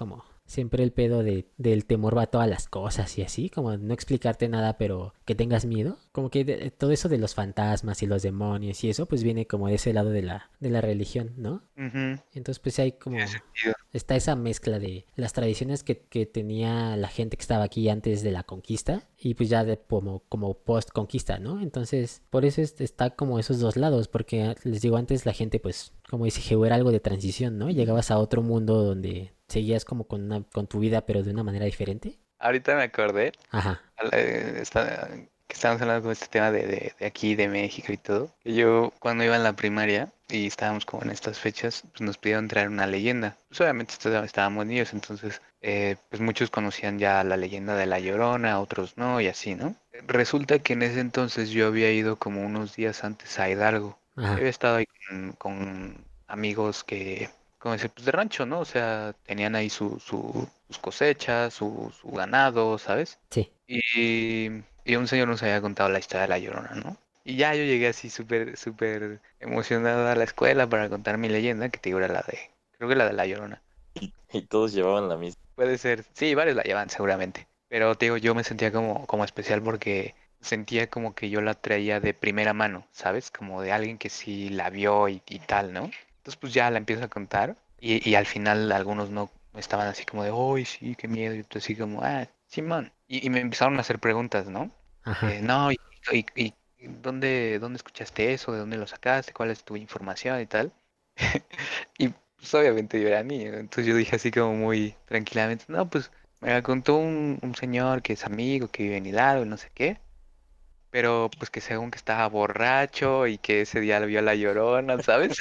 Speaker 4: siempre el pedo del temor va a todas las cosas y así, como no explicarte nada, pero que tengas miedo. Como que todo eso de los fantasmas y los demonios y eso, pues viene como de ese lado de la religión, ¿no?
Speaker 1: Ujú,
Speaker 4: Entonces, pues hay
Speaker 1: tiene
Speaker 4: como
Speaker 1: sentido.
Speaker 4: está esa mezcla de las tradiciones que tenía la gente que estaba aquí antes de la conquista y pues ya como post conquista, ¿no? Entonces, por eso está como esos dos lados, porque les digo antes la gente pues, como dice Geo, era algo de transición, ¿no? Llegabas a otro mundo donde seguías como con tu vida, pero de una manera diferente.
Speaker 1: Ahorita me acordé
Speaker 4: Ajá,
Speaker 1: que estábamos hablando de este tema de aquí, de México y todo. Que yo cuando iba en la primaria y estábamos como en estas fechas, pues nos pidieron traer una leyenda. Pues obviamente estábamos niños, entonces pues muchos conocían ya la leyenda de La Llorona, otros no, y así, ¿no? Resulta que en ese entonces yo había ido como unos días antes a Hidalgo. Yo
Speaker 4: ajá,
Speaker 1: había estado ahí con amigos que, como decir, pues de rancho, ¿no? O sea, tenían ahí sus cosechas, su ganado, ¿sabes?
Speaker 4: sí.
Speaker 1: Y un señor nos había contado la historia de La Llorona, ¿no? Y ya yo llegué así súper, súper emocionado a la escuela para contar mi leyenda, que te digo era creo que la de La Llorona.
Speaker 2: Y todos llevaban la misma.
Speaker 1: Puede ser, sí, varios la llevan seguramente. Pero te digo, yo me sentía como especial porque sentía como que yo la traía de primera mano, ¿sabes? Como de alguien que sí la vio y tal, ¿no? Entonces pues ya la empiezo a contar y al final algunos no estaban así como de, uy, sí, qué miedo. Y yo así como, ah, Simón. Y me empezaron a hacer preguntas, ¿no?
Speaker 4: Ajá.
Speaker 1: No, y ¿dónde escuchaste eso? ¿De dónde lo sacaste? ¿Cuál es tu información y tal? Y pues obviamente yo era niño, entonces yo dije así como muy tranquilamente, no, pues me la contó un señor que es amigo, que vive en Hidalgo y no sé qué, pero pues que según que estaba borracho y que ese día lo vio a la Llorona, ¿sabes?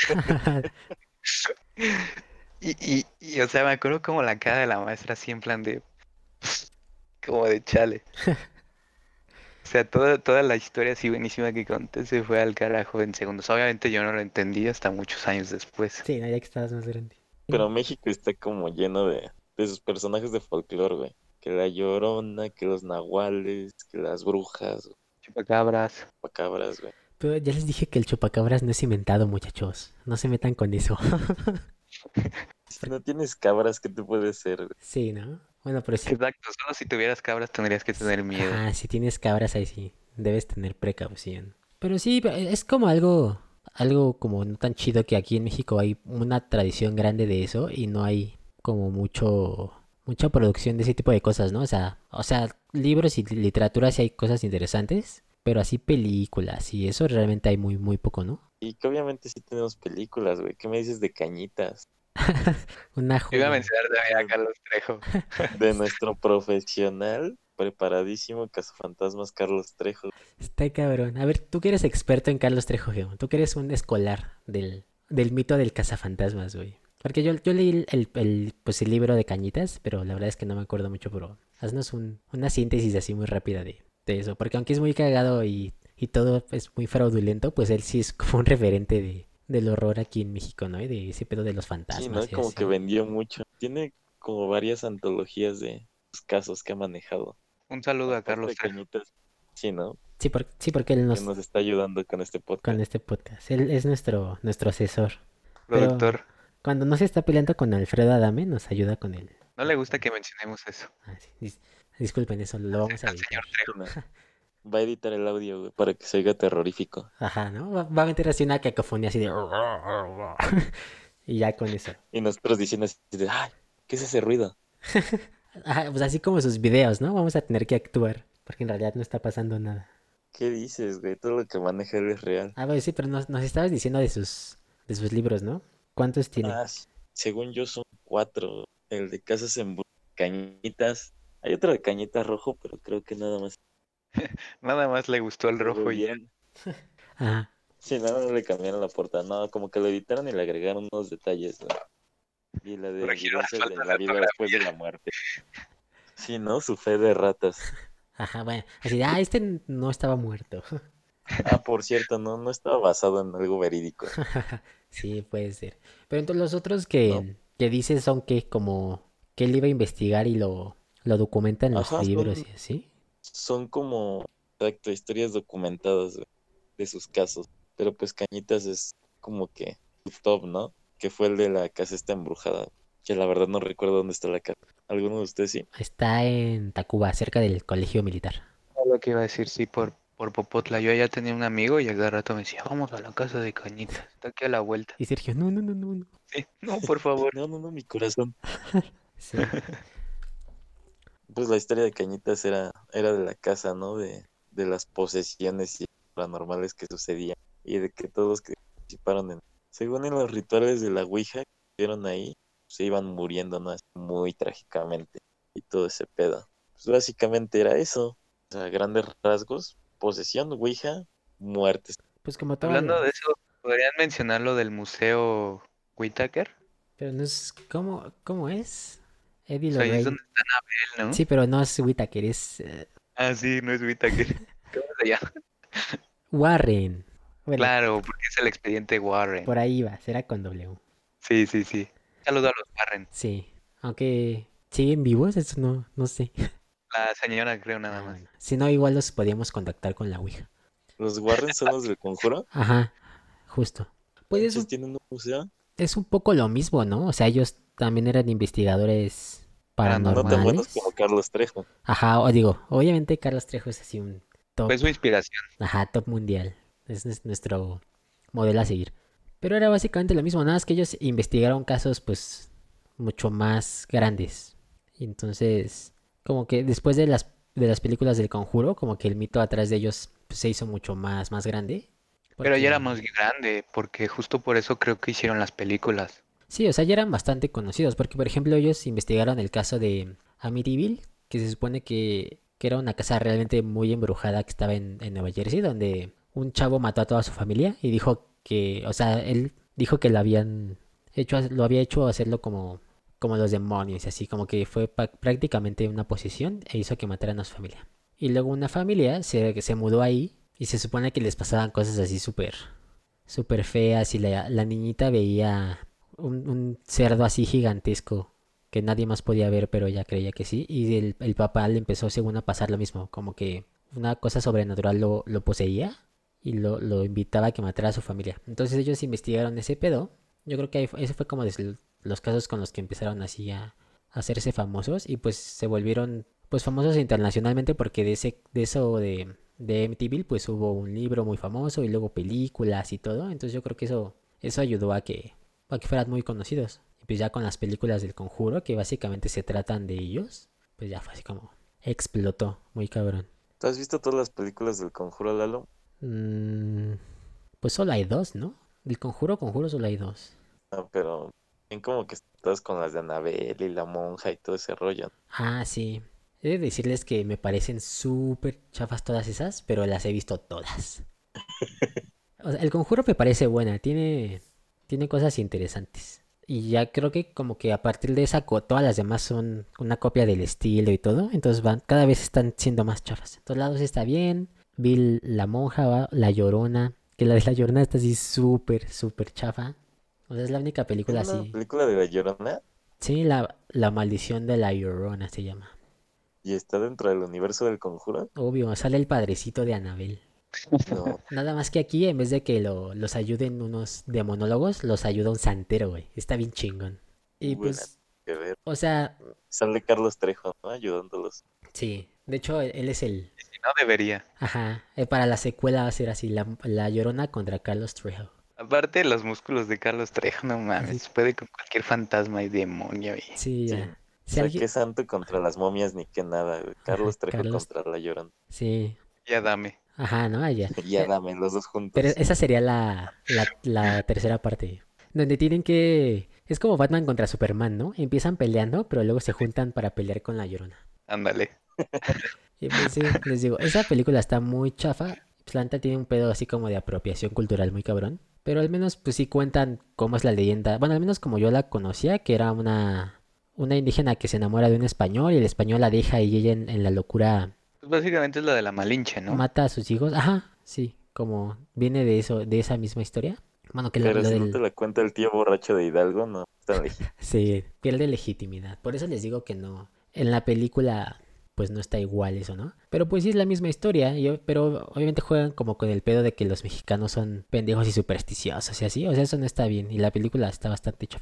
Speaker 1: O sea, me acuerdo como la cara de la maestra así en plan de, como de chale. O sea, toda la historia así buenísima que conté se fue al carajo en segundos. Obviamente yo no lo entendí hasta muchos años después.
Speaker 4: Sí, no, ya que estabas más grande.
Speaker 2: Pero México está como lleno de sus personajes de folclore, güey. Que la Llorona, que los nahuales, que las brujas,
Speaker 1: Chupacabras.
Speaker 2: cabras, güey.
Speaker 4: Pero ya les dije que el chupacabras no es inventado, muchachos. No se metan con eso.
Speaker 2: Si no tienes cabras, ¿qué te puede ser, güey?
Speaker 4: Sí, ¿no? Bueno, pero sí.
Speaker 1: Exacto, solo si tuvieras cabras tendrías que tener miedo.
Speaker 4: Ajá, si tienes cabras ahí sí, debes tener precaución. Pero sí, es como algo como no tan chido que aquí en México hay una tradición grande de eso y no hay como mucha producción de ese tipo de cosas, ¿no? O sea, libros y literatura sí hay cosas interesantes, pero así películas y eso realmente hay muy, muy poco, ¿no?
Speaker 2: Y que obviamente sí tenemos películas, güey. ¿Qué me dices de Cañitas?
Speaker 4: Una
Speaker 1: Yo iba a
Speaker 4: joya.
Speaker 1: mencionar también a Carlos Trejo.
Speaker 2: De nuestro profesional, preparadísimo cazafantasmas Carlos Trejo.
Speaker 4: Está cabrón. A ver, tú que eres experto en Carlos Trejo, Geo, tú que eres un escolar del mito del cazafantasmas, güey. Porque yo leí pues el libro de Cañitas, pero la verdad es que no me acuerdo mucho, pero haznos una síntesis así muy rápida de eso. Porque aunque es muy cagado y todo es muy fraudulento, pues él sí es como un referente del horror aquí en México, ¿no? Y de ese pedo de los
Speaker 2: Sí, ¿no?
Speaker 4: fantasmas y
Speaker 2: Como que
Speaker 4: así.
Speaker 2: vendió mucho. Tiene como varias antologías de los casos que ha manejado.
Speaker 1: Un saludo a
Speaker 2: Aparte
Speaker 1: Carlos
Speaker 2: de
Speaker 1: Trejo,
Speaker 2: Cañitas, sí, ¿no?
Speaker 4: Sí, porque él
Speaker 2: Que nos está ayudando con este
Speaker 4: con
Speaker 2: podcast.
Speaker 4: este podcast. Él es nuestro asesor. Pero
Speaker 1: productor.
Speaker 4: cuando no se está peleando con Alfredo Adame, nos ayuda con él.
Speaker 1: No le gusta que mencionemos eso.
Speaker 4: Ah, sí, disculpen eso, lo vamos a
Speaker 1: Al
Speaker 4: editar.
Speaker 1: señor
Speaker 2: Sí,
Speaker 1: Trejo.
Speaker 2: ¿no? Va a editar el audio, güey, para que se oiga terrorífico.
Speaker 4: Ajá, ¿no? Va a meter así una cacofonía así de... Y ya con eso.
Speaker 2: Y nosotros diciendo así de, ay, ¿qué es ese ruido?
Speaker 4: Ajá, pues así como sus videos, ¿no? Vamos a tener que actuar. Porque en realidad no está pasando nada.
Speaker 2: ¿Qué dices, güey? Todo lo que maneja él es real.
Speaker 4: Ah, pues sí, pero nos estabas diciendo de sus libros, ¿no? ¿Cuántos tiene?
Speaker 2: Ah, sí. Según yo son 4. El de Casas en Cañitas. Hay otro de Cañitas rojo, pero creo que nada más.
Speaker 1: Nada más le gustó el
Speaker 2: Le
Speaker 1: rojo y
Speaker 2: volvieron.
Speaker 4: Ajá.
Speaker 2: Sí, nada más le cambiaron la portada. No, como que lo editaron y le agregaron unos detalles, güey. Y la de
Speaker 1: corrigieron las
Speaker 2: evidencias de
Speaker 1: faltas de
Speaker 2: la vida después de
Speaker 1: ortografía.
Speaker 2: la muerte. Sí, ¿no? Su fe de ratas.
Speaker 4: Ajá, bueno. Así de, este no estaba muerto.
Speaker 2: Ah, por cierto, no estaba basado en algo verídico.
Speaker 4: Sí, puede ser. Pero entonces los otros
Speaker 2: No.
Speaker 4: que dices son que como que él iba a investigar y lo documenta en los
Speaker 2: Ajá,
Speaker 4: libros y así.
Speaker 2: son como, exacto, historias documentadas, güey, de sus casos. Pero pues Cañitas es como que su top, ¿no? Que fue el de la casa esta embrujada. Que la verdad no recuerdo dónde está la casa. ¿Alguno de ustedes sí?
Speaker 4: Está en Tacuba, cerca del colegio militar.
Speaker 1: Lo que iba a decir, sí, por Popotla. Yo allá tenía un amigo y a cada rato me decía, vamos a la casa de Cañitas. Está aquí a la vuelta.
Speaker 4: Y Sergio, no, no, no, no, no.
Speaker 1: Sí, no, por favor.
Speaker 2: No, no, no, mi corazón.
Speaker 4: Sí.
Speaker 2: Pues la historia de Cañitas era de la casa, ¿no? De las posesiones y paranormales que sucedían y de que todos que participaron según en los rituales de la Ouija que vieron ahí, se iban muriendo, ¿no? Así muy trágicamente y todo ese pedo. Pues básicamente era eso, o sea, a grandes rasgos, posesión, Ouija, muertes.
Speaker 4: Pues como todas
Speaker 1: Hablando de
Speaker 4: las...
Speaker 1: eso, ¿podrían mencionar lo del museo Whittaker?
Speaker 4: Pero no es... ¿Cómo es? Eddie
Speaker 1: O sea, ahí es
Speaker 4: Lorraine.
Speaker 1: donde está Anabel, ¿no?
Speaker 4: Sí, pero no es Whittaker, es
Speaker 1: Ah, sí, no es Whittaker. ¿Cómo se llama?
Speaker 4: Warren. Bueno,
Speaker 1: Claro, porque es el expediente Warren.
Speaker 4: por ahí va, será con W.
Speaker 1: Sí, sí, sí. Saludo a los Warren.
Speaker 4: Sí, aunque siguen vivos, eso no sé.
Speaker 1: La señora creo nada
Speaker 4: Ah,
Speaker 1: más.
Speaker 4: bueno. Si no, igual los podíamos contactar con la Ouija.
Speaker 2: Los Warren son los del Conjuro.
Speaker 4: Ajá, justo. Pues
Speaker 2: Entonces tienen un museo.
Speaker 4: es un poco lo mismo, ¿no? O sea, ellos también eran investigadores
Speaker 1: Paranormales.
Speaker 2: No tan buenos
Speaker 4: paranormales.
Speaker 2: como Carlos Trejo.
Speaker 4: Ajá, o digo, obviamente Carlos Trejo es así un top,
Speaker 1: Fue su inspiración.
Speaker 4: ajá, top mundial. Es nuestro modelo a seguir. Pero era básicamente lo mismo, nada más que ellos investigaron casos pues mucho más grandes. Y entonces, como que después de las películas del Conjuro, como que el mito atrás de ellos pues, se hizo mucho más grande.
Speaker 1: Pero ya era
Speaker 4: Porque
Speaker 1: más grande, porque justo por eso creo que hicieron las películas.
Speaker 4: sí, o sea, ya eran bastante conocidos, porque por ejemplo ellos investigaron el caso de Amityville, que se supone que era una casa realmente muy embrujada que estaba en Nueva Jersey, donde un chavo mató a toda su familia y dijo que, o sea, él dijo que lo había hecho hacerlo como los demonios, y así como que fue prácticamente una posesión e hizo que mataran a su familia. Y luego una familia se mudó ahí y se supone que les pasaban cosas así súper feas y la niñita veía un cerdo así gigantesco que nadie más podía ver, pero ella creía que sí. Y el papá le empezó, según, a pasar lo mismo, como que una cosa sobrenatural lo poseía y lo invitaba a que matara a su familia. Entonces ellos investigaron ese pedo. Yo creo que ese fue como desde los casos con los que empezaron así a hacerse famosos y pues se volvieron pues famosos internacionalmente porque de Amityville pues hubo un libro muy famoso y luego películas y todo. Entonces yo creo que eso ayudó a que fueran muy conocidos. Y pues ya con las películas del Conjuro, que básicamente se tratan de ellos, pues ya fue así como explotó, muy cabrón.
Speaker 2: ¿Tú has visto todas las películas del Conjuro, Lalo?
Speaker 4: Mm, pues solo hay dos, ¿no? Del Conjuro solo hay dos.
Speaker 2: No, pero bien como que estás con las de Annabelle y la monja y todo ese rollo.
Speaker 4: Ah, sí. He de decirles que me parecen súper chafas todas esas, pero las he visto todas. O sea, el Conjuro me parece buena, tiene cosas interesantes. Y ya creo que como que a partir de esa todas las demás son una copia del estilo y todo. Entonces cada vez están siendo más chafas. En todos lados está bien. Vi la monja, la Llorona. Que la de la Llorona está así súper chafa. O sea, es la única película
Speaker 2: ¿Es una
Speaker 4: así.
Speaker 2: película de La Llorona?
Speaker 4: Sí, la maldición de la Llorona se llama.
Speaker 2: ¿Y está dentro del universo del Conjuro?
Speaker 4: Obvio, sale el padrecito de Annabelle.
Speaker 2: No,
Speaker 4: Nada más que aquí, en vez de que los ayuden unos demonólogos, los ayuda un santero, güey. Está bien chingón. Y
Speaker 2: buena
Speaker 4: pues,
Speaker 2: que ver.
Speaker 4: o sea,
Speaker 2: Sale Carlos Trejo, ¿no? Ayudándolos.
Speaker 4: sí. De hecho, él es el...
Speaker 1: Si no, debería.
Speaker 4: Ajá. Para la secuela va a ser así, la Llorona contra Carlos Trejo.
Speaker 1: Aparte, los músculos de Carlos Trejo, no
Speaker 4: Así,
Speaker 1: mames. Puede con cualquier fantasma y demonio. Y...
Speaker 4: sí,
Speaker 2: Sí.
Speaker 4: ya.
Speaker 2: O
Speaker 4: Si
Speaker 2: sea,
Speaker 4: alguien...
Speaker 2: qué santo contra las momias ni qué nada, güey. Carlos Trejo
Speaker 4: Carlos...
Speaker 2: contra La Llorona.
Speaker 4: Sí.
Speaker 1: Ya dame.
Speaker 4: Ajá, ¿no? Allá.
Speaker 2: Ya dame los dos
Speaker 4: Pero
Speaker 2: juntos.
Speaker 4: esa sería la tercera parte. Donde tienen que... Es como Batman contra Superman, ¿no? Empiezan peleando, pero luego se juntan para pelear con la Llorona.
Speaker 1: Ándale.
Speaker 4: Y pues sí, les digo, esa película está muy chafa. Pues la neta tiene un pedo así como de apropiación cultural muy cabrón. Pero al menos pues sí cuentan cómo es la leyenda. Bueno, al menos como yo la conocía, que era una indígena que se enamora de un español y el español la deja y ella en la locura
Speaker 1: Pues básicamente es la de la Malinche, ¿no?
Speaker 4: mata a sus hijos. Ajá, sí, como viene de eso, de esa misma historia. Bueno, que
Speaker 2: Pero
Speaker 4: lo
Speaker 2: si no te
Speaker 4: del...
Speaker 2: la cuenta el tío borracho de Hidalgo, no. Está legítimo.
Speaker 4: Se pierde legitimidad. Por eso les digo que no. En la película pues no está igual eso, ¿no? Pero pues sí es la misma historia, pero obviamente juegan como con el pedo de que los mexicanos son pendejos y supersticiosos y así, o sea, eso no está bien y la película está bastante chafa.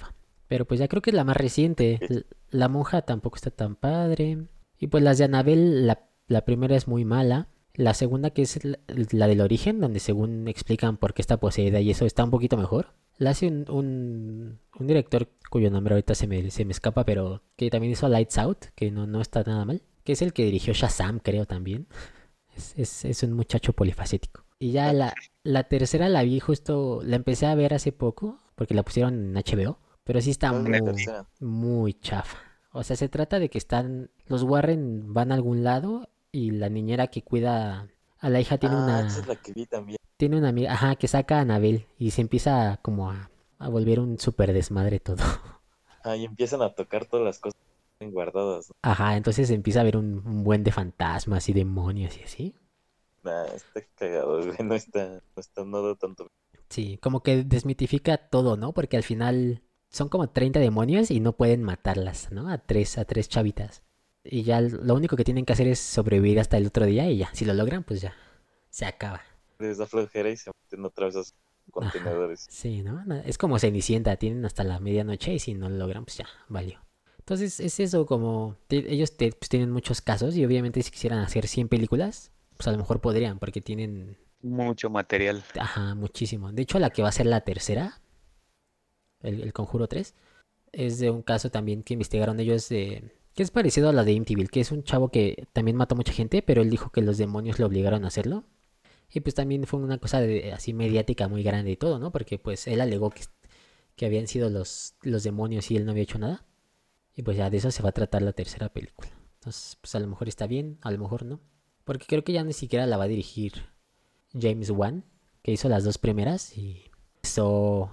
Speaker 4: Pero pues ya creo que es la más reciente. La monja tampoco está tan padre. Y pues las de Annabelle, la primera es muy mala. La segunda, que es la del origen, donde según explican por qué está poseída y eso está un poquito mejor. La hace un director cuyo nombre ahorita se me escapa, pero que también hizo Lights Out, que no está nada mal. Que es el que dirigió Shazam, creo también. Es un muchacho polifacético. Y ya la tercera la vi justo, la empecé a ver hace poco, porque la pusieron en HBO, pero sí está
Speaker 2: ¿Cuál es la
Speaker 1: Neta,
Speaker 4: muy,
Speaker 2: tercera?
Speaker 4: muy chafa. O sea, se trata de que los Warren van a algún lado y la niñera que cuida a la hija
Speaker 2: Esa es la que vi también.
Speaker 4: tiene una amiga, ajá, que saca a Anabel y se empieza como a volver un súper desmadre todo.
Speaker 2: Y empiezan a tocar todas las cosas que tienen guardadas, ¿no?
Speaker 4: Ajá, entonces empieza a ver un buen de fantasmas y demonios y así.
Speaker 2: Está cagado, güey. No da tanto.
Speaker 4: Sí, como que desmitifica todo, ¿no? Porque al final son como 30 demonios y no pueden matarlas, ¿no? A tres chavitas. Y ya lo único que tienen que hacer es sobrevivir hasta el otro día y ya. Si lo logran, pues ya. Se acaba.
Speaker 2: Les da flojera y se meten otra vez a sus
Speaker 4: Ajá.
Speaker 2: contenedores.
Speaker 4: Sí, ¿no? Es como Cenicienta, tienen hasta la medianoche y si no lo logran, pues ya, valió. Entonces es eso, como ellos pues, tienen muchos casos y obviamente si quisieran hacer 100 películas, pues a lo mejor podrían, porque tienen,
Speaker 1: mucho material.
Speaker 4: ajá, muchísimo. De hecho, la que va a ser la tercera, el Conjuro 3 es de un caso también que investigaron ellos que es parecido a la de Amityville, que es un chavo que también mató a mucha gente, pero él dijo que los demonios lo obligaron a hacerlo. Y pues también fue una cosa así mediática muy grande y todo, ¿no? Porque pues él alegó que habían sido los demonios y él no había hecho nada. Y pues ya de eso se va a tratar la tercera película. Entonces, pues a lo mejor está bien, a lo mejor no. Porque creo que ya ni siquiera la va a dirigir James Wan, que hizo las dos primeras y Saw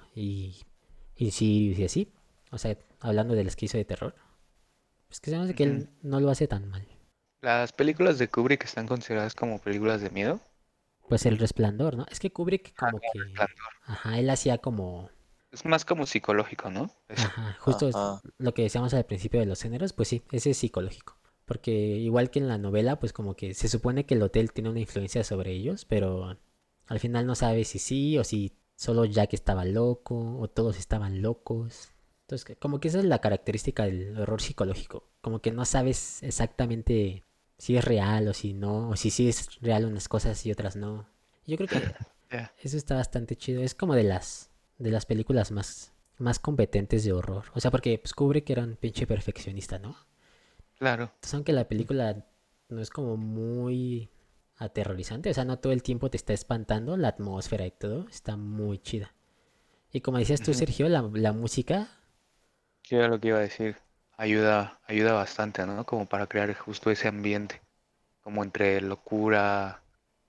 Speaker 4: y Sirius y así. O sea, hablando de las que hizo de terror. Pues que se me hace que
Speaker 1: Ujú.
Speaker 4: él no lo hace tan mal.
Speaker 1: Las películas de Kubrick están consideradas como películas de miedo.
Speaker 4: Pues El Resplandor, ¿no? Es que Kubrick como
Speaker 1: Como
Speaker 4: que...
Speaker 1: Resplandor.
Speaker 4: Ajá, él hacía como...
Speaker 1: Es más como psicológico, ¿no? Eso.
Speaker 4: Ajá, justo
Speaker 2: Ajá.
Speaker 4: lo que decíamos al principio de los géneros, pues sí, ese es psicológico. Porque igual que en la novela, pues como que se supone que el hotel tiene una influencia sobre ellos, pero al final no sabes si sí o si solo Jack estaba loco o todos estaban locos. Entonces, como que esa es la característica del horror psicológico. Como que no sabes exactamente si es real o si no, o si sí es real unas cosas y otras no. Yo creo que
Speaker 1: Ya,
Speaker 4: eso está bastante chido. Es como de las películas más competentes de horror. O sea, porque pues Kubrick era un pinche perfeccionista, ¿no?
Speaker 1: claro.
Speaker 4: Entonces, aunque la película no es como muy aterrorizante, o sea, no todo el tiempo te está espantando, la atmósfera y todo está muy chida. Y como decías tú,
Speaker 1: Ujú.
Speaker 4: Sergio, la música,
Speaker 1: ¿Qué era lo que iba a decir? Ayuda bastante, ¿no? Como para crear justo ese ambiente, como entre locura,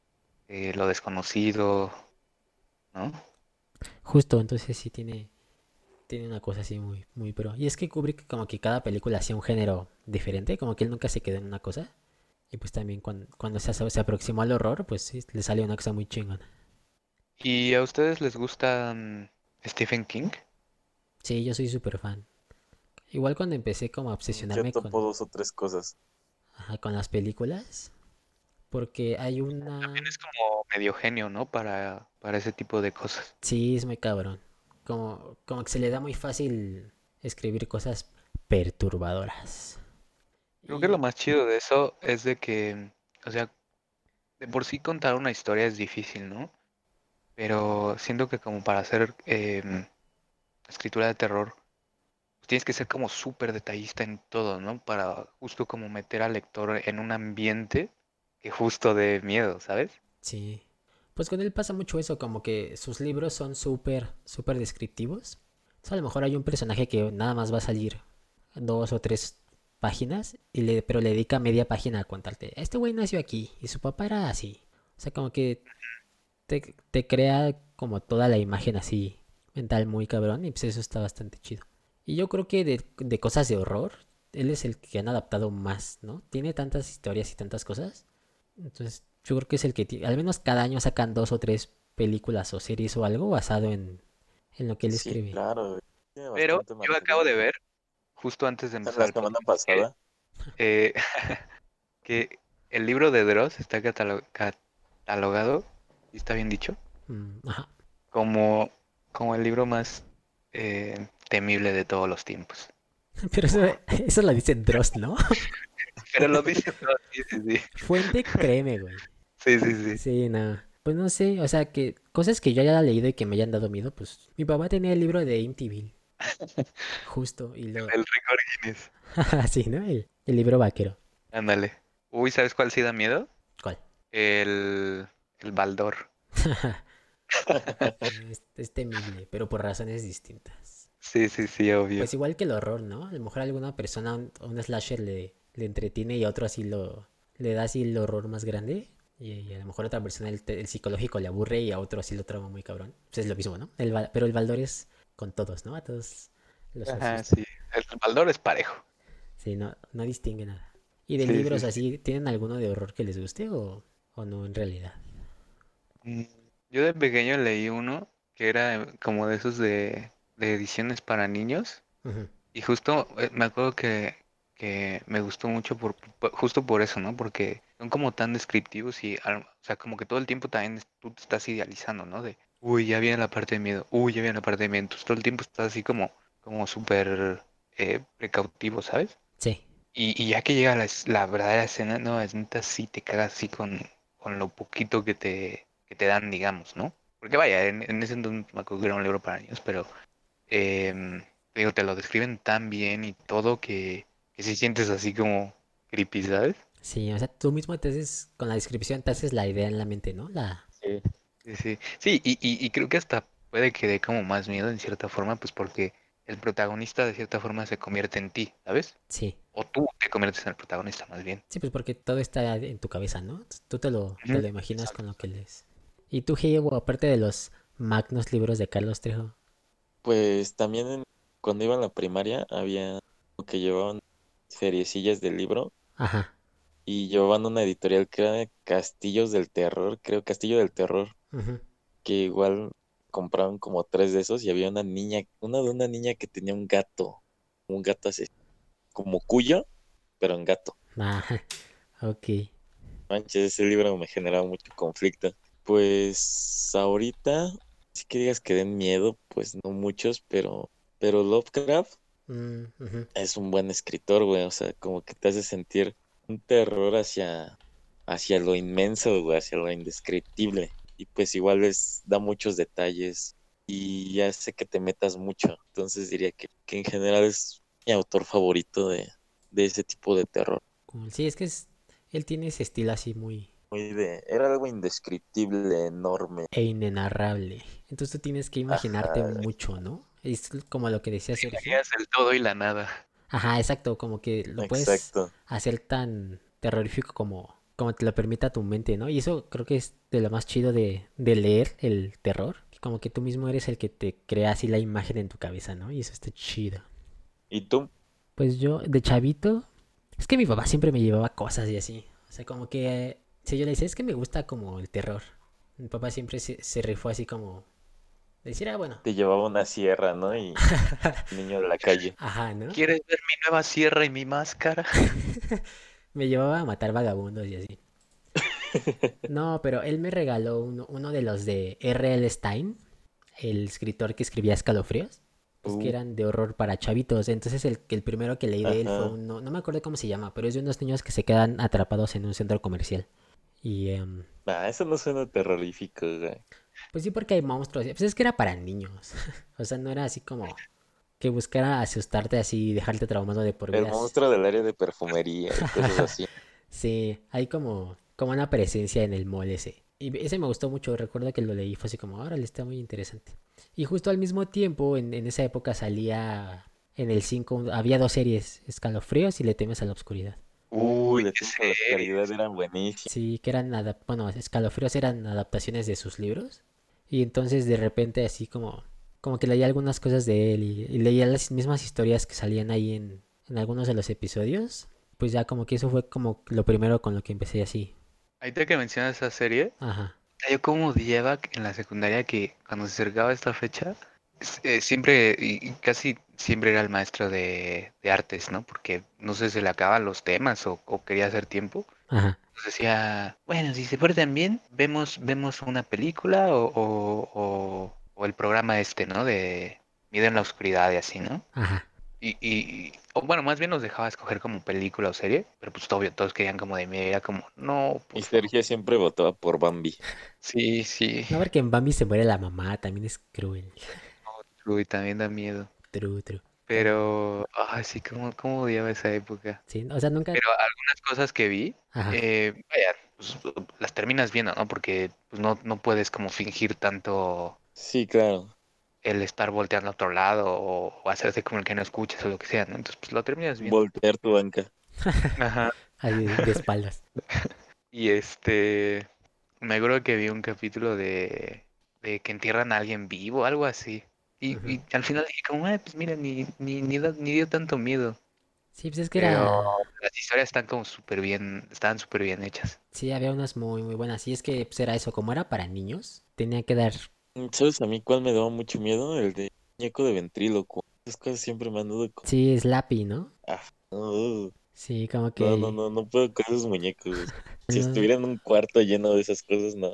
Speaker 1: lo desconocido, ¿no?
Speaker 4: justo, entonces sí tiene una cosa así muy, muy pro. Y es que Kubrick como que cada película hacía un género diferente, como que él nunca se quedó en una cosa. Y pues también cuando se aproximó al horror, pues sí, le salió una cosa muy chingona.
Speaker 1: ¿Y a ustedes les gusta Stephen King?
Speaker 4: Sí, yo soy súper fan. Igual cuando empecé como a
Speaker 2: Yo
Speaker 4: obsesionarme
Speaker 2: topo dos o tres cosas.
Speaker 4: ajá, con las películas, porque hay
Speaker 1: También
Speaker 4: una...
Speaker 1: es como medio genio, ¿no? Para ese tipo de cosas.
Speaker 4: Sí, es muy cabrón. Como que se le da muy fácil escribir cosas perturbadoras.
Speaker 1: Creo que lo
Speaker 4: Y
Speaker 1: más chido de eso es de que, o sea, de por sí contar una historia es difícil, ¿no? Pero siento que como para hacer escritura de terror, pues tienes que ser como súper detallista en todo, ¿no? Para justo como meter al lector en un ambiente que justo de miedo, ¿sabes?
Speaker 4: sí, pues con él pasa mucho eso, como que sus libros son súper, súper descriptivos. Entonces, a lo mejor hay un personaje que nada más va a salir 2 o 3 páginas, pero le dedica media página a contarte. Este güey nació aquí y su papá era así. O sea, como que te crea como toda la imagen así mental muy cabrón y pues eso está bastante chido. Y yo creo que de cosas de horror, él es el que han adaptado más, ¿no? Tiene tantas historias y tantas cosas. Entonces, yo creo que es el que al menos cada año sacan 2 o 3 películas o series o algo basado en lo que él
Speaker 2: Sí,
Speaker 4: escribe.
Speaker 2: claro, güey. Tiene
Speaker 1: Pero
Speaker 2: bastante
Speaker 1: yo acabo
Speaker 2: material.
Speaker 1: de ver, justo antes de empezar
Speaker 2: La
Speaker 1: el
Speaker 2: semana
Speaker 1: podcast,
Speaker 2: pasada.
Speaker 1: eh, que el libro de Dross está catalogado, y está bien dicho,
Speaker 4: Ajá.
Speaker 1: como, como el libro más temible de todos los tiempos.
Speaker 4: Pero eso lo dice Dross, ¿no?
Speaker 1: Pero lo dice todo, sí, sí, sí.
Speaker 4: Fuente, créeme, güey.
Speaker 1: Sí, sí, sí.
Speaker 4: Sí, no. Pues no sé, o sea, que cosas que yo haya leído y que me hayan dado miedo, pues mi papá tenía el libro de Amityville, justo, y lo...
Speaker 1: El récord Guinness.
Speaker 4: Sí, ¿no? El libro vaquero.
Speaker 1: Ándale. Uy, ¿sabes cuál sí da miedo?
Speaker 4: ¿Cuál?
Speaker 1: El, el Baldor.
Speaker 4: Es temible, pero por razones distintas.
Speaker 1: Sí, sí, sí, obvio.
Speaker 4: Pues igual que el horror, ¿no? A lo mejor a alguna persona un slasher le entretiene y a otro así le da así el horror más grande. Y a lo mejor a otra persona el psicológico le aburre y a otro así lo trama muy cabrón. Pues es lo mismo, ¿no? Pero el Baldor es con todos, ¿no? A todos los
Speaker 1: Ajá,
Speaker 4: asusta.
Speaker 1: sí. El Baldor es parejo.
Speaker 4: Sí, no distingue nada. ¿Y de
Speaker 1: Sí,
Speaker 4: libros
Speaker 1: sí, sí.
Speaker 4: así, tienen alguno de horror que les guste o no en realidad?
Speaker 1: Mm, Yo de pequeño leí uno que era como de esos de ediciones para niños.
Speaker 4: Ujú.
Speaker 1: Y justo me acuerdo que me gustó mucho justo por eso, ¿no? Porque son como tan descriptivos y, o sea, como que todo el tiempo también tú te estás idealizando, ¿no? De, uy, ya viene la parte de miedo, uy, ya viene la parte de miedo. Entonces todo el tiempo estás así como súper precautivo, ¿sabes?
Speaker 4: Sí,
Speaker 1: Y ya que llega la verdadera escena, no, es neta, sí te cagas así con lo poquito que te dan, digamos, ¿no? Porque vaya, en ese entonces me acuerdo que era un libro para niños, pero digo, te lo describen tan bien y todo que si sientes así como creepy, ¿sabes?
Speaker 4: sí, o sea, tú mismo te haces, con la descripción, te haces la idea en la mente, ¿no?
Speaker 1: Sí. Sí, sí. Sí, y creo que hasta puede que dé como más miedo en cierta forma, pues porque el protagonista de cierta forma se convierte en ti, ¿sabes?
Speaker 4: Sí,
Speaker 1: O tú te conviertes en el protagonista, más bien.
Speaker 4: sí, pues porque todo está en tu cabeza, ¿no? Tú te
Speaker 1: Ujú.
Speaker 4: lo imaginas con
Speaker 1: Exacto.
Speaker 4: lo que lees. ¿Y tú, Geo, aparte de los magnos libros de Carlos Trejo?
Speaker 2: Pues también cuando iba en la primaria había como que llevaban feriecillas del libro
Speaker 4: Ajá.
Speaker 2: y llevaban una editorial que era Castillos del Terror, creo Castillo del Terror,
Speaker 4: Ujú.
Speaker 2: que igual compraban como tres de esos y había una niña, una de una niña que tenía un gato así, como Cuyo, pero en gato.
Speaker 4: Ajá, ok.
Speaker 2: Manches, ese libro me generaba mucho conflicto. Pues ahorita, si que digas que den miedo, pues no muchos, pero Lovecraft
Speaker 4: Ujú.
Speaker 2: es un buen escritor, güey. O sea, como que te hace sentir un terror hacia lo inmenso, güey, hacia lo indescriptible. Y pues igual da muchos detalles y ya sé que te metas mucho. Entonces diría que en general es mi autor favorito de ese tipo de terror.
Speaker 4: Cool. Sí, es que él tiene ese estilo así
Speaker 2: Era algo indescriptible, enorme.
Speaker 4: e inenarrable. Entonces tú tienes que imaginarte
Speaker 2: Ajá,
Speaker 4: mucho, ¿no? Es como lo que decía Sergio.
Speaker 1: Imaginas el todo y la nada.
Speaker 4: Ajá, exacto, como que lo puedes
Speaker 2: exacto.
Speaker 4: hacer tan terrorífico como te lo permita tu mente, ¿no? Y eso creo que es de lo más chido de leer el terror, que como que tú mismo eres el que te crea así la imagen en tu cabeza, ¿no? Y eso está chido.
Speaker 2: ¿Y tú?
Speaker 4: Pues yo, de chavito, es que mi papá siempre me llevaba cosas y así. O sea, como que, si yo le decía, es que me gusta como el terror. Mi papá siempre se rifó así como, decir, bueno,
Speaker 2: Te llevaba una sierra, ¿no? Y niño de la calle.
Speaker 4: ajá, ¿no?
Speaker 1: ¿Quieres ver mi nueva sierra y mi máscara?
Speaker 4: Me llevaba a matar vagabundos y así. No, pero él me regaló uno de los de R.L. Stein, el escritor que escribía Escalofríos, pues que
Speaker 2: Uh,
Speaker 4: eran de horror para chavitos. Entonces el primero que leí de él fue
Speaker 2: ajá.
Speaker 4: uno, no me acuerdo cómo se llama, pero es de unos niños que se quedan atrapados en un centro comercial. Y
Speaker 2: Eso no suena terrorífico, güey.
Speaker 4: pues sí, porque hay monstruos. Pues es que era para niños. O sea, no era así como que buscara asustarte así y dejarte traumado de por
Speaker 2: El
Speaker 4: vidas.
Speaker 2: monstruo del área de perfumería y cosas así.
Speaker 4: Sí, hay como una presencia en el mall ese. Y ese me gustó mucho, recuerdo que lo leí, fue así como, órale, está muy interesante. Y justo al mismo tiempo, en esa época salía en el 5 había dos series, Escalofríos y Le temes a la oscuridad.
Speaker 1: Uy,
Speaker 2: De
Speaker 1: qué
Speaker 2: tiempo la oscuridad
Speaker 1: series.
Speaker 2: eran buenísimos.
Speaker 4: Sí, que eran, bueno, Escalofríos eran adaptaciones de sus libros. Y entonces de repente así como que leía algunas cosas de él y leía las mismas historias que salían ahí en algunos de los episodios. Pues ya como que eso fue como lo primero con lo que empecé así.
Speaker 1: Ahorita que mencionas esa serie,
Speaker 4: Ajá.
Speaker 1: yo como odiaba en la secundaria que cuando se acercaba esta fecha, siempre y casi siempre era el maestro de artes, ¿no? Porque no sé, se le acaban los temas o quería hacer tiempo.
Speaker 4: Ajá.
Speaker 1: Entonces decía, bueno, si se portan bien, vemos una película o el programa este, ¿no? miedo en la oscuridad y así, ¿no?
Speaker 4: Ajá.
Speaker 1: O bueno, más bien nos dejaba escoger como película o serie, pero pues obvio, todos querían como de miedo, era como, no,
Speaker 2: Y
Speaker 1: por favor.
Speaker 2: Sergio siempre votaba por Bambi.
Speaker 1: Sí, sí.
Speaker 4: No, porque en Bambi se muere la mamá, también es cruel.
Speaker 1: Uy, también da miedo.
Speaker 4: True, true.
Speaker 1: Pero, ay, sí, cómo odiaba esa época.
Speaker 4: Sí, o sea, nunca.
Speaker 1: Pero algunas cosas que vi,
Speaker 4: Ajá.
Speaker 1: vaya, pues, las terminas viendo, ¿no? Porque pues, no puedes como fingir tanto
Speaker 2: Sí, claro.
Speaker 1: el estar volteando a otro lado o hacerse como el que no escuchas o lo que sea, ¿no? Entonces, pues lo terminas viendo.
Speaker 2: Voltear tu banca.
Speaker 1: Ajá.
Speaker 4: Ahí de espaldas.
Speaker 1: Y me acuerdo que vi un capítulo de que entierran a alguien vivo, algo así.
Speaker 4: Ujú.
Speaker 1: Y al final dije como, pues mira, ni dio tanto miedo.
Speaker 4: Sí, pues es que
Speaker 1: Pero
Speaker 4: era.
Speaker 1: las historias están como estaban súper bien hechas.
Speaker 4: Sí, había unas muy, muy buenas. Y es que pues era eso, como era para niños, tenía que dar.
Speaker 2: ¿Sabes a mí cuál me daba mucho miedo? El de muñeco de ventríloco. Esas cosas siempre me han dado como...
Speaker 4: Sí, Slappy, ¿no?
Speaker 2: Ah, no,
Speaker 4: Sí, como que
Speaker 2: no puedo con esos muñecos. Si
Speaker 4: no
Speaker 2: estuviera en un cuarto lleno de esas cosas, no.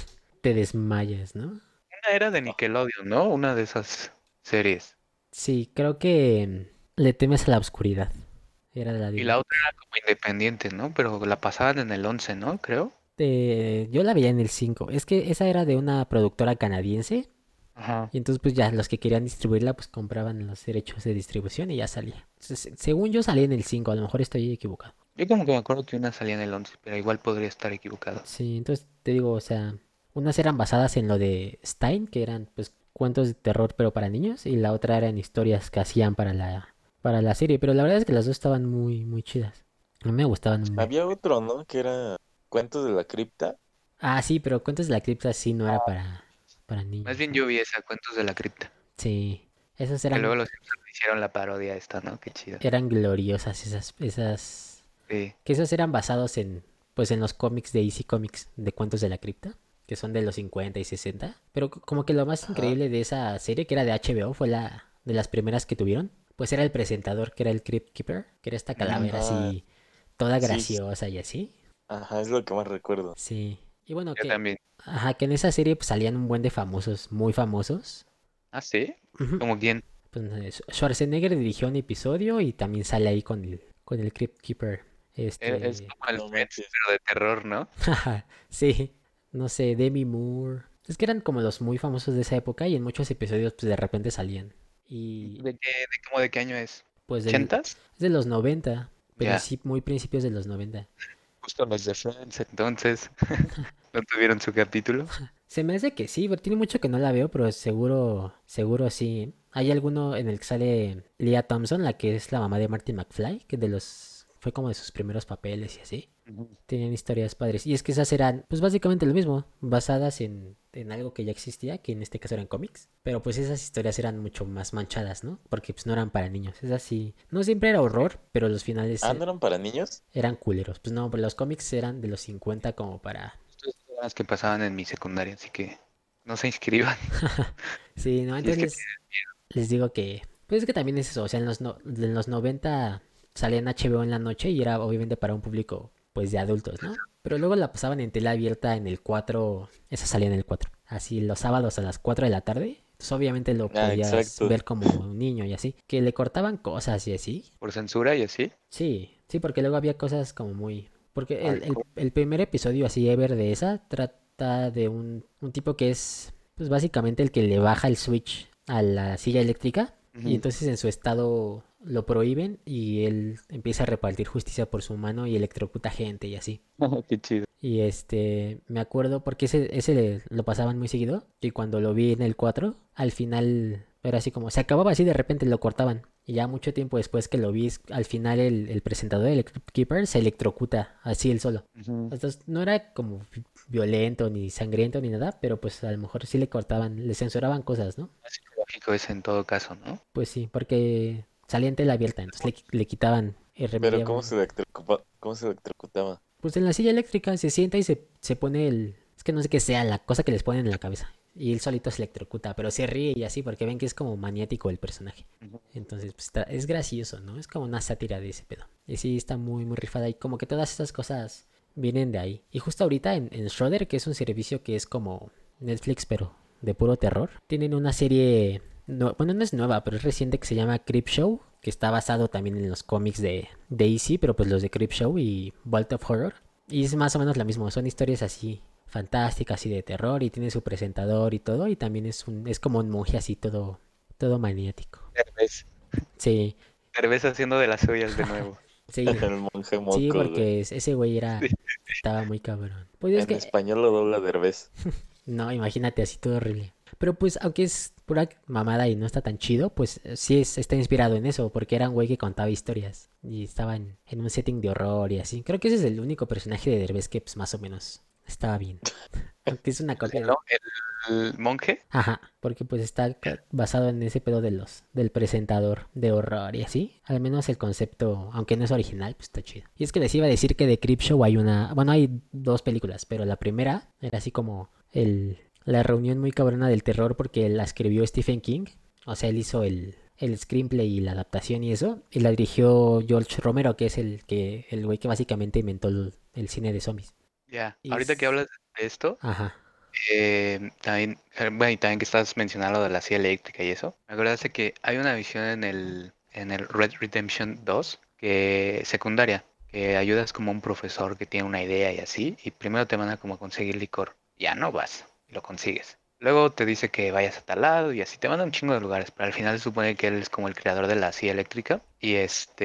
Speaker 4: te desmayas, ¿no?
Speaker 1: Una era de Nickelodeon, ¿no? Una de esas series.
Speaker 4: Sí, creo que le temes a la oscuridad. Era de la
Speaker 1: Y
Speaker 4: Disney.
Speaker 1: la otra era como independiente, ¿no? Pero la pasaban en el 11, ¿no? Creo.
Speaker 4: Yo la veía en el 5. Es que esa era de una productora canadiense.
Speaker 1: Ajá.
Speaker 4: Y entonces pues ya los que querían distribuirla pues compraban los derechos de distribución y ya salía. Entonces, según yo salía en el 5, a lo mejor estoy equivocado.
Speaker 1: Yo como que me acuerdo que una salía en el 11, pero igual podría estar equivocado.
Speaker 4: Sí, entonces te digo, o sea, unas eran basadas en lo de Stein, que eran pues cuentos de terror pero para niños, y la otra eran historias que hacían para la serie, pero la verdad es que las dos estaban muy, muy chidas. A mí me gustaban un buen.
Speaker 2: Había otro, ¿no? Que era Cuentos de la Cripta.
Speaker 4: Ah, sí, pero Cuentos de la Cripta sí no era para
Speaker 1: Más
Speaker 4: niños,
Speaker 1: bien
Speaker 4: ¿no?
Speaker 1: yo vi esa Cuentos de la Cripta.
Speaker 4: Sí, esas
Speaker 1: Que
Speaker 4: eran,
Speaker 1: luego los Simpsons hicieron la parodia esta, ¿no? Qué chido.
Speaker 4: eran gloriosas, esas,
Speaker 1: Sí.
Speaker 4: que esos eran basados en, pues en los cómics de Easy Comics de Cuentos de la Cripta, que son de los 50 y 60. Pero como que lo más
Speaker 2: Ajá.
Speaker 4: increíble de esa serie, que era de HBO, fue la de las primeras que tuvieron, pues era el presentador, que era el Crypt Keeper, que era esta
Speaker 1: Ujú.
Speaker 4: calavera
Speaker 2: Ah,
Speaker 4: así, toda
Speaker 2: sí,
Speaker 4: graciosa y así.
Speaker 2: ajá, es lo que más recuerdo.
Speaker 4: Sí. Y bueno,
Speaker 1: Yo también.
Speaker 4: ajá, que en esa serie pues salían un buen de famosos, muy famosos.
Speaker 1: ¿Ah, sí?
Speaker 4: Ujú.
Speaker 1: ¿Como quién?
Speaker 4: Pues, Schwarzenegger dirigió un episodio y también sale ahí con el Crypt Keeper.
Speaker 1: Es
Speaker 4: Este,
Speaker 1: como el
Speaker 2: No
Speaker 1: Friends,
Speaker 2: manches.
Speaker 1: pero de terror, ¿no?
Speaker 4: Ajá, sí, no sé, Demi Moore. Es que eran como los muy famosos de esa época y en muchos episodios pues de repente salían. Y
Speaker 1: ¿Cómo de qué año es?
Speaker 4: pues
Speaker 1: ¿80s?
Speaker 4: es de los 90,
Speaker 1: Ya,
Speaker 4: muy principios de los 90.
Speaker 1: justo los de Friends, entonces. ¿No tuvieron su capítulo?
Speaker 4: Se me hace que sí, pero tiene mucho que no la veo, pero seguro, seguro sí. Hay alguno en el que sale Leah Thompson, la que es la mamá de Martin McFly, que fue como de sus primeros papeles y así.
Speaker 1: Ujú.
Speaker 4: Tenían historias padres. Y es que esas eran, pues básicamente lo mismo, basadas en algo que ya existía, que en este caso eran cómics. Pero pues esas historias eran mucho más manchadas, ¿no? Porque pues no eran para niños. Es así. No siempre era horror, pero los finales
Speaker 2: Ah, ¿no eran para niños?
Speaker 4: eran culeros. Pues no, pero los cómics eran de los 50 como para...
Speaker 1: Estas eran las que pasaban en mi secundaria, así que no se inscriban.
Speaker 4: Sí, no,
Speaker 1: Si es
Speaker 4: entonces
Speaker 1: que
Speaker 4: les digo que... Pues es que también es eso, o sea, en los 90 salía en HBO en la noche y era obviamente para un público pues de adultos, ¿no? Pero luego la pasaban en tele abierta en el 4, esa salía en el 4, así los sábados a las 4 de la tarde. Entonces obviamente lo
Speaker 2: Ah,
Speaker 4: podías
Speaker 2: exacto.
Speaker 4: ver como un niño y así, que le cortaban cosas y así.
Speaker 1: por censura y así.
Speaker 4: Sí, sí, porque luego había cosas como muy... Porque
Speaker 1: Ay,
Speaker 4: el primer episodio así ever de esa trata de un tipo que es pues básicamente el que le baja el switch a la silla eléctrica y
Speaker 1: ujú.
Speaker 4: entonces en su estado lo prohíben y él empieza a repartir justicia por su mano y electrocuta gente y así.
Speaker 1: Qué chido.
Speaker 4: Y me acuerdo porque ese lo pasaban muy seguido y cuando lo vi en el 4 al final era así como, se acababa así de repente lo cortaban. Y ya mucho tiempo después que lo vi, al final el presentador del Keeper se electrocuta así él solo.
Speaker 1: Ujú.
Speaker 4: Entonces no era como violento ni sangriento ni nada, pero pues a lo mejor sí le cortaban, le censuraban cosas, ¿no?
Speaker 1: Más psicológico es en todo caso, ¿no?
Speaker 4: Pues sí, porque salía en tela abierta, entonces le quitaban y
Speaker 2: Pero
Speaker 4: remediaban.
Speaker 2: cómo se electrocutaba?
Speaker 4: Pues en la silla eléctrica se sienta y se pone es que no sé qué sea, la cosa que les ponen en la cabeza. Y él solito se electrocuta, pero se ríe y así porque ven que es como maniático el personaje.
Speaker 1: Ujú.
Speaker 4: Entonces, pues es gracioso, ¿no? Es como una sátira de ese pedo. Y sí, está muy, muy rifada. Y como que todas esas cosas vienen de ahí. Y justo ahorita en Shudder, que es un servicio que es como Netflix, pero de puro terror, tienen una serie bueno, no es nueva, pero es reciente, que se llama Creepshow, que está basado también en los cómics de DC, pero pues los de Creepshow y Vault of Horror. Y es más o menos lo mismo, son historias así fantásticas y de terror, y tiene su presentador y todo, y también es como un monje así todo maniático.
Speaker 1: Derbez.
Speaker 4: Sí,
Speaker 1: Derbez haciendo de las suyas de nuevo.
Speaker 4: sí,
Speaker 2: El monje
Speaker 4: sí,
Speaker 2: moco, güey.
Speaker 4: porque ese güey
Speaker 1: Sí.
Speaker 4: estaba muy cabrón. Pues es
Speaker 2: En
Speaker 4: que,
Speaker 2: español lo dobla Derbez.
Speaker 4: no, imagínate así todo horrible. Pero pues, aunque es pura mamada y no está tan chido, pues sí está inspirado en eso, porque era un güey que contaba historias y estaba en un setting de horror y así. Creo que ese es el único personaje de Derbez que pues más o menos estaba bien. Aunque es una
Speaker 1: Sí,
Speaker 4: copia de...
Speaker 1: ¿no? El monje.
Speaker 4: Ajá, porque pues está basado en ese pedo del presentador de horror y así. Al menos el concepto, aunque no es original, pues está chido. Y es que les iba a decir que de Creepshow hay dos películas, pero la primera era así como la reunión muy cabrona del terror, porque la escribió Stephen King. O sea, él hizo el screenplay y la adaptación y eso. Y la dirigió George Romero, que es el güey que básicamente inventó el cine de zombies.
Speaker 1: Ya.
Speaker 4: Y
Speaker 1: Ahorita que
Speaker 4: es...
Speaker 1: hablas de esto,
Speaker 4: Ajá,
Speaker 1: también, bueno, y también que estás mencionando lo de la silla eléctrica y eso, me acordaste que hay una visión en el Red Redemption 2 que secundaria, que ayudas como un profesor que tiene una idea y así, y primero te manda como a conseguir licor, ya no vas, y lo consigues. Luego te dice que vayas a tal lado y así te manda un chingo de lugares, pero al final se supone que él es como el creador de la silla eléctrica y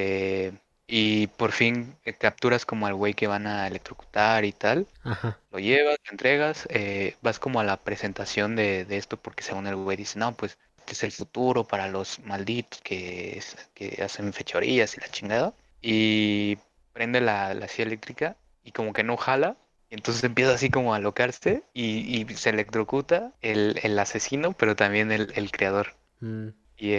Speaker 1: y por fin capturas como al güey que van a electrocutar y tal.
Speaker 4: ajá.
Speaker 1: Lo llevas, lo entregas, vas como a la presentación de esto porque según el güey dice, no, pues este es el futuro para los malditos que hacen fechorías y la chingada. Y prende la silla eléctrica y como que no jala. Y entonces empieza así como a alocarse y se electrocuta el asesino, pero también el creador.
Speaker 4: Mm,
Speaker 1: Y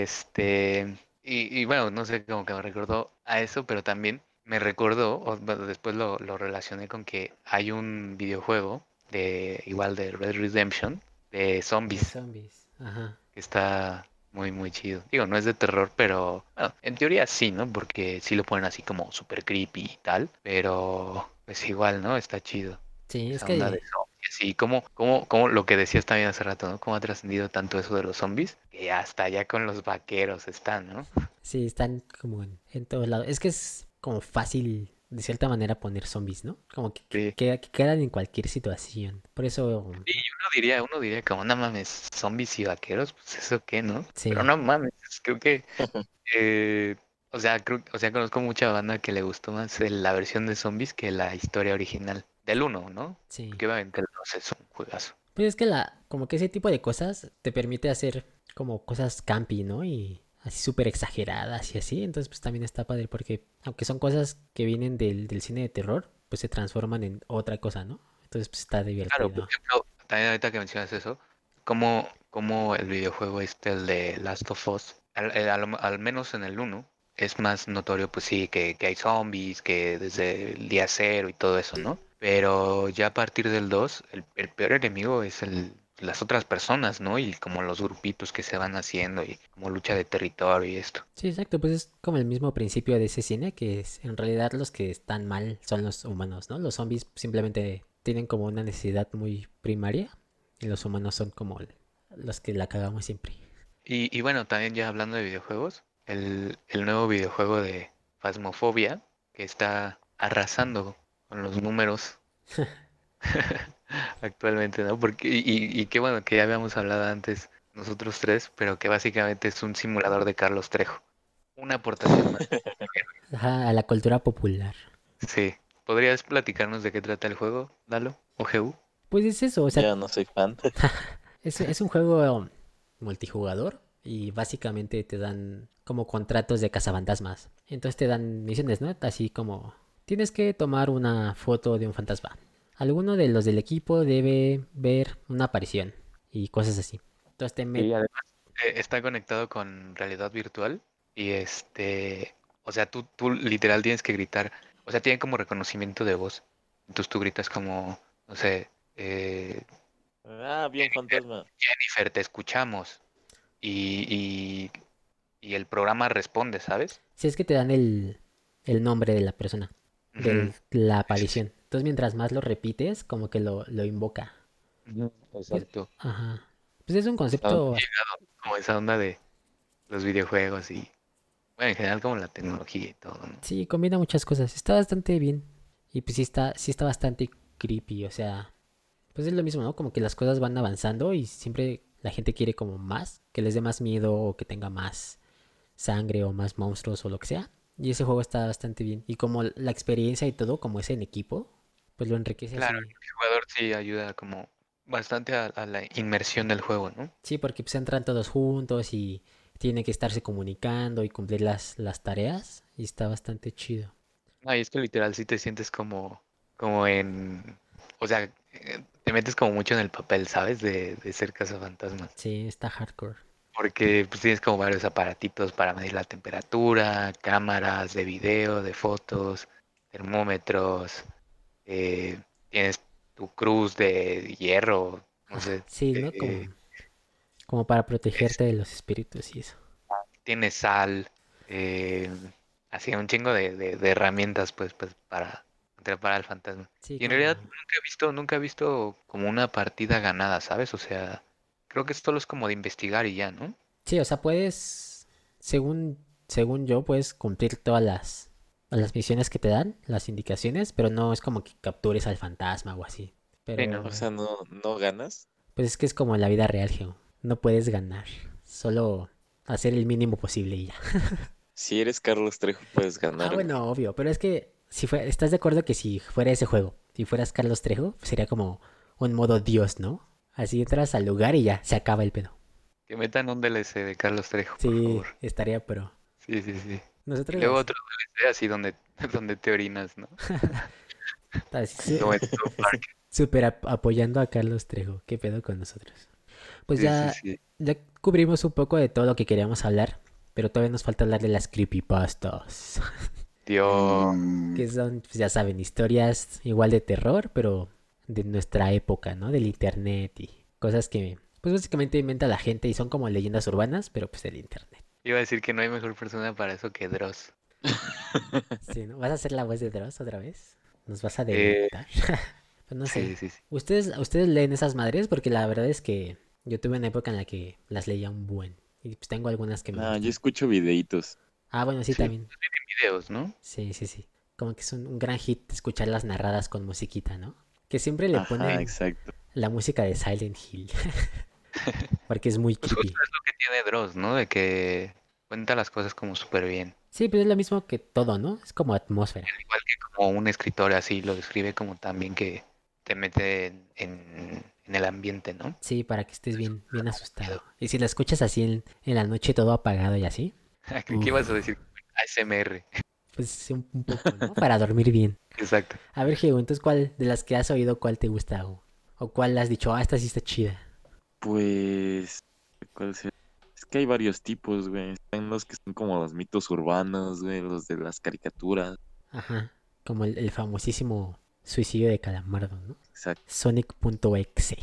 Speaker 1: y bueno, no sé, como que me recordó a eso, pero también me recordó, o bueno, después lo relacioné con que hay un videojuego igual de Red Redemption, de
Speaker 4: de
Speaker 1: zombies,
Speaker 4: zombies. Ajá.
Speaker 1: que está muy, muy chido. Digo, no es de terror, pero bueno, en teoría sí, ¿no? Porque sí lo ponen así como super creepy y tal, pero pues igual, ¿no? Está chido.
Speaker 4: Sí, es
Speaker 1: Esa onda de
Speaker 4: que
Speaker 1: zombies. Y como lo que decías también hace rato, ¿no? Cómo ha trascendido tanto eso de los zombies, que hasta ya con los vaqueros están, ¿no?
Speaker 4: sí, están como en todos lados. Es que es como fácil, de cierta manera, poner zombies, ¿no? Como
Speaker 1: Sí.
Speaker 4: que quedan en cualquier situación. Por eso,
Speaker 1: Y uno diría como, no mames, zombies y vaqueros, pues eso qué, ¿no? Pero
Speaker 4: sí,
Speaker 1: no mames, creo que, eh, o sea, conozco mucha banda que le gustó más la versión de zombies que la historia original del uno, ¿no?
Speaker 4: sí.
Speaker 1: Porque obviamente el 2 es un juegazo.
Speaker 4: Pues es que como que ese tipo de cosas te permite hacer como cosas campi, ¿no? Y así súper exageradas y así. Entonces, pues también está padre, porque aunque son cosas que vienen del cine de terror, pues se transforman en otra cosa, ¿no? Entonces, pues está
Speaker 1: Claro, por
Speaker 4: divertido.
Speaker 1: ejemplo, también ahorita que mencionas eso, como el videojuego el de Last of Us, al menos en el uno es más notorio, pues sí, que hay zombies, que desde el día cero y todo eso, ¿no? Pero ya a partir del 2 el peor enemigo es las otras personas, ¿no? Y como los grupitos que se van haciendo y como lucha de territorio y esto.
Speaker 4: Sí, exacto, pues es como el mismo principio de ese cine, que es, en realidad los que están mal son los humanos, ¿no? Los zombies simplemente tienen como una necesidad muy primaria, y los humanos son como los que la cagamos siempre.
Speaker 1: Y bueno, también ya hablando de videojuegos, el nuevo videojuego de Phasmophobia, que está arrasando con los números actualmente, ¿no? Porque, y qué bueno que ya habíamos hablado antes nosotros tres, pero que básicamente es un simulador de Carlos Trejo. Una aportación más.
Speaker 4: Ajá, a la cultura popular.
Speaker 1: Sí. ¿Podrías platicarnos de qué trata el juego, Dalo? ¿O GU?
Speaker 4: Pues es eso, o sea,
Speaker 2: Yo no soy fan.
Speaker 4: es un juego multijugador, y básicamente te dan como contratos de cazafantasmas. Entonces te dan misiones, ¿no? Así como tienes que tomar una foto de un fantasma. Alguno de los del equipo debe ver una aparición y cosas así. Entonces
Speaker 1: Sí, además está conectado con realidad virtual y o sea, tú literal tienes que gritar, o sea, tiene como reconocimiento de voz. Entonces tú gritas como, no sé,
Speaker 2: Ah, vi un fantasma.
Speaker 1: Jennifer, te escuchamos. Y, y el programa responde, ¿sabes?
Speaker 4: si es que te dan el nombre de la persona,
Speaker 1: Ujú.
Speaker 4: de la
Speaker 1: Sí, sí,
Speaker 4: aparición. Entonces mientras más lo repites, como que lo invoca.
Speaker 1: sí. Ujú,
Speaker 4: Pues,
Speaker 1: exacto.
Speaker 4: ajá. Pues es un concepto,
Speaker 1: Como esa onda de los videojuegos y, bueno, en general como la tecnología y todo, ¿no?
Speaker 4: sí, combina muchas cosas. Está bastante bien. Y pues sí está bastante creepy, o sea, pues es lo mismo, ¿no? Como que las cosas van avanzando y siempre la gente quiere como más, que les dé más miedo o que tenga más sangre o más monstruos o lo que sea. Y ese juego está bastante bien. Y como la experiencia y todo, como es en equipo, pues lo enriquece
Speaker 1: Claro,
Speaker 4: así.
Speaker 1: el jugador sí ayuda como bastante a la inmersión del juego, ¿no?
Speaker 4: Sí, porque pues entran todos juntos y tienen que estarse comunicando y cumplir las tareas. Y está bastante chido.
Speaker 1: Ay, es que literal sí te sientes como en, o sea, te metes como mucho en el papel, ¿sabes? De ser cazafantasmas.
Speaker 4: Sí, está hardcore.
Speaker 1: Porque pues tienes como varios aparatitos para medir la temperatura, cámaras de video, de fotos, termómetros, eh, tienes tu cruz de hierro, no
Speaker 4: Ah,
Speaker 1: sé,
Speaker 4: sí, ¿no? Como para
Speaker 1: es-
Speaker 4: protegerte de los espíritus y eso.
Speaker 1: tienes sal, eh, así un chingo de herramientas pues para atrapar al fantasma.
Speaker 4: Sí,
Speaker 1: Y en realidad
Speaker 4: como...
Speaker 1: nunca he visto como una partida ganada, ¿sabes? O sea, creo que solo es como de investigar y ya, ¿no?
Speaker 4: Sí, o sea, puedes, según yo, puedes cumplir todas las misiones que te dan, las indicaciones, pero no es como que captures al fantasma o así.
Speaker 1: Sí, ¿no?
Speaker 2: O
Speaker 4: Pero,
Speaker 2: sea, no ganas.
Speaker 4: pues es que es como en la vida real, Geo. No puedes ganar, solo hacer el mínimo posible y ya.
Speaker 2: Si eres Carlos Trejo, puedes
Speaker 4: Ah,
Speaker 2: ganar, güey.
Speaker 4: bueno, obvio, pero es que si fue, ¿estás de acuerdo que si fuera ese juego, si fueras Carlos Trejo, pues sería como un modo Dios, ¿no? Así entras al lugar y ya, se acaba el pedo.
Speaker 1: Que metan un DLC de Carlos Trejo, por
Speaker 4: Sí,
Speaker 1: favor.
Speaker 4: estaría, pero
Speaker 1: Sí, sí, sí. Y
Speaker 4: nosotros
Speaker 1: luego
Speaker 4: así,
Speaker 1: otro DLC así donde, donde te orinas, ¿no?
Speaker 4: así
Speaker 1: Como en South Park.
Speaker 4: súper apoyando a Carlos Trejo. ¿Qué pedo con nosotros? Pues
Speaker 1: Sí, sí,
Speaker 4: ya,
Speaker 1: sí.
Speaker 4: ya cubrimos un poco de todo lo que queríamos hablar, pero todavía nos falta hablar de las creepypastas,
Speaker 1: Dios.
Speaker 4: que son, pues ya saben, historias igual de terror, pero de nuestra época, ¿no? Del internet y cosas que, pues básicamente inventa la gente y son como leyendas urbanas, pero pues del internet.
Speaker 1: Iba a decir que no hay mejor persona para eso que Dross.
Speaker 4: Sí, ¿no? ¿Vas a hacer la voz de Dross otra vez? ¿Nos vas a
Speaker 1: Eh,
Speaker 4: deleitar? Pues no sé.
Speaker 1: sí, sí, sí.
Speaker 4: ¿Ustedes leen esas madres? Porque la verdad es que yo tuve una época en la que las leía un buen. Y pues tengo algunas que me
Speaker 2: No, yo
Speaker 4: gustan.
Speaker 2: escucho videitos.
Speaker 4: Ah, bueno, sí,
Speaker 1: Sí,
Speaker 4: también.
Speaker 1: videos, ¿no?
Speaker 4: Sí, sí, sí. Como que es un gran hit escuchar las narradas con musiquita, ¿no? Que siempre le
Speaker 2: Ajá,
Speaker 4: ponen
Speaker 2: exacto.
Speaker 4: la música de Silent Hill. Porque es muy
Speaker 1: Pues justo
Speaker 4: creepy.
Speaker 1: es lo que tiene Dross, ¿no? De que cuenta las cosas como súper bien.
Speaker 4: Sí, pero es lo mismo que todo, ¿no? Es como atmósfera.
Speaker 1: Igual que como un escritor así lo describe como también que te mete en el ambiente, ¿no?
Speaker 4: Sí, para que estés
Speaker 1: Eso
Speaker 4: bien, bien
Speaker 1: da
Speaker 4: asustado.
Speaker 1: miedo.
Speaker 4: Y si la escuchas así en la noche todo apagado y así,
Speaker 1: Creí que ibas a
Speaker 4: uff,
Speaker 1: decir ASMR.
Speaker 4: pues sí, un poco, ¿no? Para dormir bien.
Speaker 1: Exacto.
Speaker 4: A ver, Geo, entonces, ¿cuál de las que has oído, cuál te gusta? O cuál has dicho, ah, esta sí está chida?
Speaker 2: Pues, ¿cuál será? Es que hay varios tipos, güey. Están los que son como los mitos urbanos, güey, los de las caricaturas.
Speaker 4: Ajá, como el famosísimo suicidio de Calamardo, ¿no?
Speaker 2: Exacto.
Speaker 4: Sonic.exe.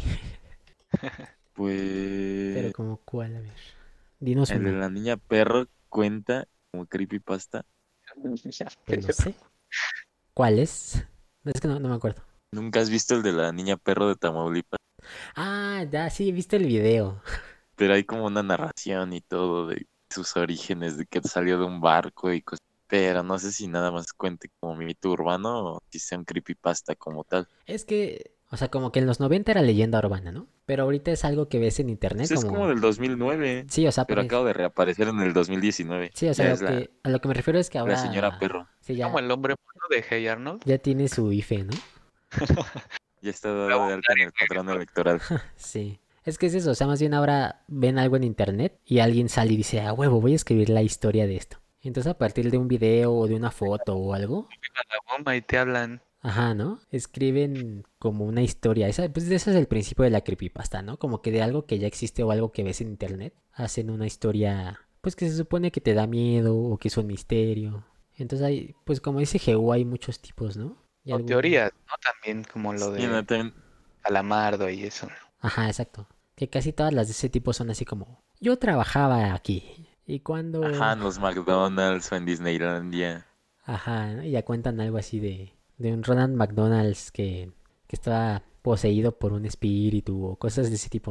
Speaker 4: Pero
Speaker 2: Pues,
Speaker 4: como cuál, a ver. Dinos
Speaker 2: el de
Speaker 4: uno.
Speaker 2: la niña perro cuenta como creepypasta.
Speaker 4: Pues no sé. ¿Cuál es? Es que no me acuerdo.
Speaker 2: ¿Nunca has visto el de la niña perro de Tamaulipas?
Speaker 4: Ah, ya, sí, viste el video.
Speaker 2: Pero hay como una narración y todo de sus orígenes, de que salió de un barco y cosas. Pero no sé si nada más cuente como mito urbano o si sea un creepypasta como tal.
Speaker 4: Es que, o sea, como que en los 90 era leyenda urbana, ¿no? Pero ahorita es algo que ves en internet
Speaker 2: Pues es como
Speaker 4: como...
Speaker 2: del 2009,
Speaker 4: Sí, o sea,
Speaker 2: pero acaba de reaparecer en el 2019.
Speaker 4: sí, o sea,
Speaker 2: Ya es la,
Speaker 4: a lo que me refiero es que
Speaker 2: la señora
Speaker 4: ahora...
Speaker 2: perro.
Speaker 4: Sí,
Speaker 1: Como
Speaker 4: ya,
Speaker 1: el hombre mono de Hey Arnold.
Speaker 4: ya tiene su IFE, ¿no?
Speaker 2: Ya está dada de alta en
Speaker 1: Preguntar
Speaker 2: el padrón electoral.
Speaker 4: Sí. Es que es eso, o sea, más bien ahora ven algo en internet y alguien sale y dice, ah, huevo, voy a escribir la historia de esto. Entonces a partir de un video o de una foto o algo,
Speaker 1: La bomba y te hablan.
Speaker 4: ajá, ¿no? Escriben como una historia. Pues ese es el principio de la creepypasta, ¿no? Como que de algo que ya existe o algo que ves en internet, hacen una historia, pues que se supone que te da miedo o que es un misterio. Entonces hay, pues como dice Geo, hay muchos tipos, ¿no? Y
Speaker 1: O
Speaker 4: algún...
Speaker 1: teorías, ¿no? También como lo
Speaker 2: Y no,
Speaker 1: de
Speaker 2: también,
Speaker 1: Calamardo y eso.
Speaker 4: Ajá, exacto. Que casi todas las de ese tipo son así como, yo trabajaba aquí. Y
Speaker 2: ajá,
Speaker 4: cuando...
Speaker 2: en los McDonald's o en Disneylandia.
Speaker 4: Ajá, ¿no? Y ya cuentan algo así de un Ronald McDonald's que estaba poseído por un espíritu o cosas de ese tipo, ¿no?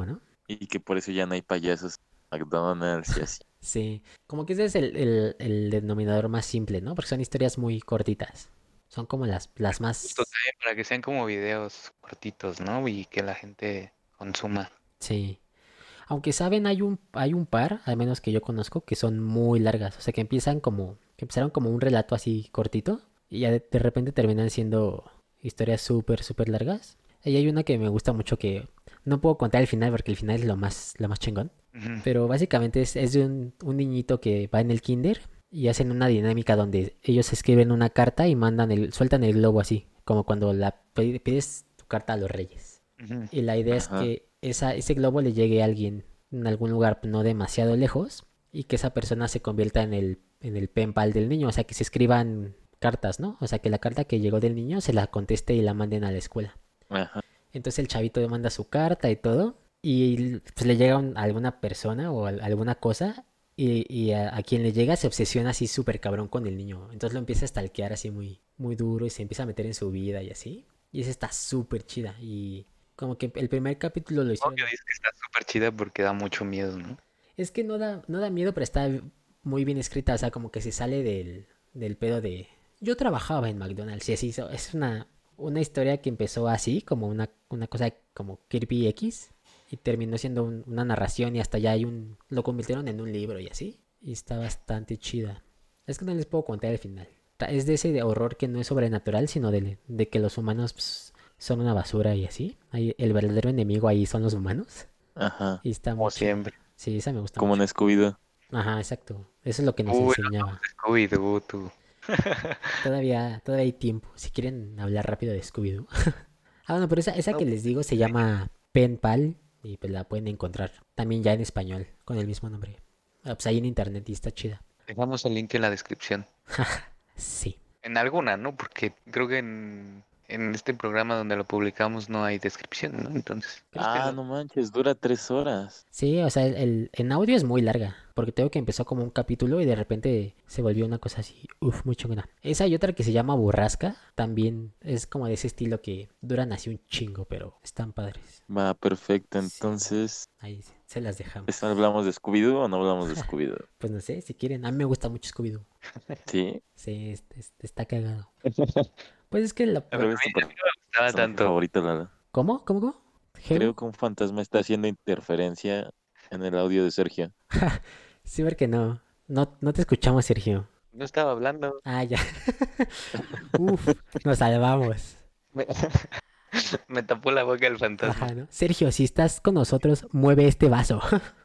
Speaker 2: Y que por eso ya no hay payasos en McDonald's y así.
Speaker 4: Sí, como que ese es el denominador más simple, ¿no? Porque son historias muy cortitas. Son como las
Speaker 1: Justo
Speaker 4: más...
Speaker 1: también para que sean como videos cortitos, ¿no? Y que la gente consuma.
Speaker 4: Sí. Aunque saben, hay un par, al menos que yo conozco, que son muy largas. O sea, que empezaron como un relato así cortito y ya de repente terminan siendo historias súper, súper largas. Y hay una que me gusta mucho que no puedo contar el final porque el final es lo más chingón.
Speaker 1: Ujú.
Speaker 4: Pero básicamente es de un niñito que va en el kinder y hacen una dinámica donde ellos escriben una carta y sueltan el globo así, como cuando pides tu carta a los reyes.
Speaker 1: Ujú.
Speaker 4: Y la idea es
Speaker 2: Ajá.
Speaker 4: que ese globo le llegue a alguien en algún lugar no demasiado lejos y que esa persona se convierta en el pen pal del niño, o sea, que se escriban cartas, ¿no? O sea, que la carta que llegó del niño se la conteste y la manden a la escuela.
Speaker 2: Ajá.
Speaker 4: Entonces el chavito le manda su carta y todo y pues le llega a alguna persona o alguna cosa y a quien le llega se obsesiona así súper cabrón con el niño. Entonces lo empieza a stalkear así muy, muy duro y se empieza a meter en su vida y así. Y esa está súper chida y como que el primer capítulo lo
Speaker 1: Supongo
Speaker 4: hicieron.
Speaker 1: que dices que está súper chida porque da mucho miedo, ¿no?
Speaker 4: Es que no da miedo, pero está muy bien escrita. O sea, como que se sale del pedo de... Yo trabajaba en McDonald's y así. Es una historia que empezó así, como una cosa como Kirby X. Y terminó siendo una narración y hasta ya lo convirtieron en un libro y así. Y está bastante chida. Es que no les puedo contar el final. Es de ese de horror que no es sobrenatural, sino de que los humanos pues, son una basura y así. El verdadero enemigo ahí son los humanos.
Speaker 2: Ajá.
Speaker 4: Y está muy
Speaker 1: Como
Speaker 4: chida.
Speaker 1: siempre.
Speaker 4: Sí, esa me gusta
Speaker 2: Como
Speaker 4: mucho.
Speaker 2: en Scooby-Doo.
Speaker 4: Ajá, exacto. Eso es lo que nos
Speaker 1: Uy,
Speaker 4: enseñaba.
Speaker 1: Scooby-Doo, tú.
Speaker 4: Todavía hay tiempo. Si quieren hablar rápido de Scooby-Doo. Bueno, pero esa
Speaker 1: No,
Speaker 4: que les digo se llama Pen Pal y pues la pueden encontrar también ya en español con el mismo nombre. Pues ahí en internet y está chida.
Speaker 1: dejamos el link en la descripción.
Speaker 4: Sí.
Speaker 1: En alguna, ¿no? Porque creo que en este programa donde lo publicamos no hay descripción, ¿no? Entonces, creo que
Speaker 2: Ah,
Speaker 1: no.
Speaker 2: no manches, dura 3 horas.
Speaker 4: Sí, o sea, en audio es muy larga, porque tengo que empezó como un capítulo y de repente se volvió una cosa así, muy chingona. Esa y otra que se llama Burrasca, también es como de ese estilo que duran así un chingo, pero están padres.
Speaker 2: Va, perfecto.
Speaker 4: Sí,
Speaker 2: Entonces,
Speaker 4: ahí se las dejamos.
Speaker 2: ¿hablamos de Scooby-Doo o no hablamos de Scooby-Doo?
Speaker 4: Pues no sé, si quieren, a mí me gusta mucho Scooby-Doo.
Speaker 2: Sí.
Speaker 4: Sí, está cagado. Pues es que
Speaker 1: A
Speaker 2: ¿Cuál
Speaker 1: mí
Speaker 2: es tu
Speaker 1: no me gustaba
Speaker 2: personaje
Speaker 1: tanto.
Speaker 2: favorito, Lalo?
Speaker 4: ¿Cómo? ¿Cómo? ¿Cómo? ¿Geo?
Speaker 2: Creo que un fantasma está haciendo interferencia en el audio de Sergio.
Speaker 4: Sí, porque no. No te escuchamos, Sergio.
Speaker 1: No estaba hablando.
Speaker 4: Ah, ya. Uf, nos salvamos.
Speaker 1: Me, me tapó la boca el fantasma.
Speaker 4: Ajá, ¿no? Sergio, si estás con nosotros, mueve este vaso.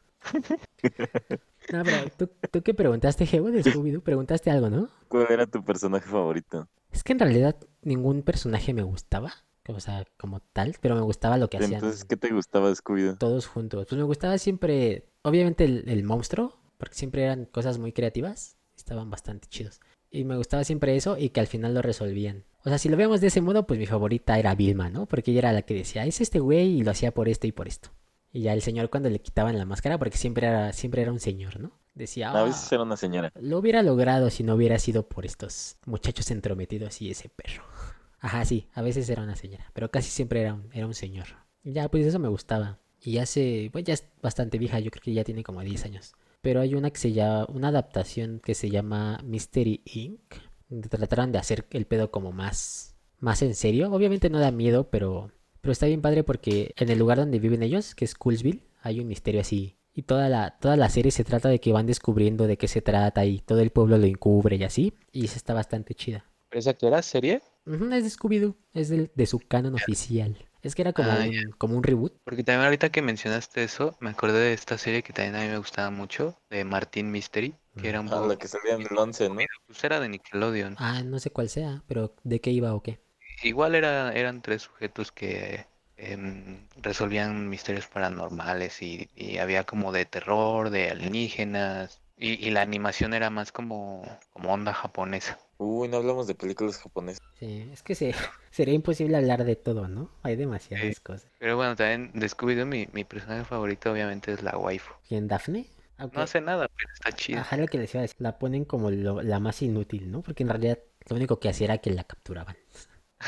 Speaker 4: No, pero ¿tú qué preguntaste, Geo, de Scooby-Doo? Preguntaste algo, ¿no?
Speaker 2: ¿Cuál era tu personaje favorito?
Speaker 4: Es que en realidad ningún personaje me gustaba, o sea, como tal, pero me gustaba lo que
Speaker 2: Entonces,
Speaker 4: hacían
Speaker 2: ¿qué te gustaba de Scooby-Doo?
Speaker 4: todos juntos. Pues me gustaba siempre, obviamente el monstruo, porque siempre eran cosas muy creativas, estaban bastante chidos. Y me gustaba siempre eso y que al final lo resolvían. O sea, si lo vemos de ese modo, pues mi favorita era Vilma, ¿no? Porque ella era la que decía, es este güey y lo hacía por esto y por esto. Y ya el señor cuando le quitaban la máscara, porque siempre era un señor, ¿no? Decía,
Speaker 2: A veces era una señora.
Speaker 4: lo hubiera logrado si no hubiera sido por estos muchachos entrometidos y ese perro. Ajá, sí, a veces era una señora, pero casi siempre era un señor. Y ya, pues eso me gustaba. Y pues ya es bastante vieja, yo creo que ya tiene como 10 años. Pero hay una adaptación que se llama Mystery Inc. Donde trataron de hacer el pedo como más en serio. Obviamente no da miedo, pero está bien padre porque en el lugar donde viven ellos, que es Coolsville, hay un misterio así. Y toda la serie se trata de que van descubriendo de qué se trata y todo el pueblo lo encubre y así. Y eso está bastante chida.
Speaker 1: ¿Pero esa que era serie?
Speaker 4: Ujú, es de Scooby-Doo, es de su canon oficial. Es que era como
Speaker 1: Ah,
Speaker 4: un reboot.
Speaker 1: Porque también ahorita que mencionaste eso, me acordé de esta serie que también a mí me gustaba mucho, de Martin Mystery, que era un
Speaker 2: Ah, la
Speaker 1: poco...
Speaker 2: que salía en el 11, ¿no?
Speaker 1: Pues era de Nickelodeon.
Speaker 4: Ah, no sé cuál sea, pero ¿de qué iba o qué?
Speaker 1: Igual eran tres sujetos que resolvían misterios paranormales y había como de terror, de alienígenas, y la animación era más como onda japonesa.
Speaker 2: Uy, no hablamos de películas japonesas.
Speaker 4: Sí, es que sería imposible hablar de todo, ¿no? Hay demasiadas cosas.
Speaker 1: Pero bueno, también de Scooby-Doo mi personaje favorito obviamente es la waifu.
Speaker 4: ¿Quién, Daphne?
Speaker 1: No
Speaker 4: Aunque,
Speaker 1: hace nada, pero está chida.
Speaker 4: ajá, lo que les iba a decir, la ponen como la más inútil, ¿no? Porque en realidad lo único que hacía era que la capturaban.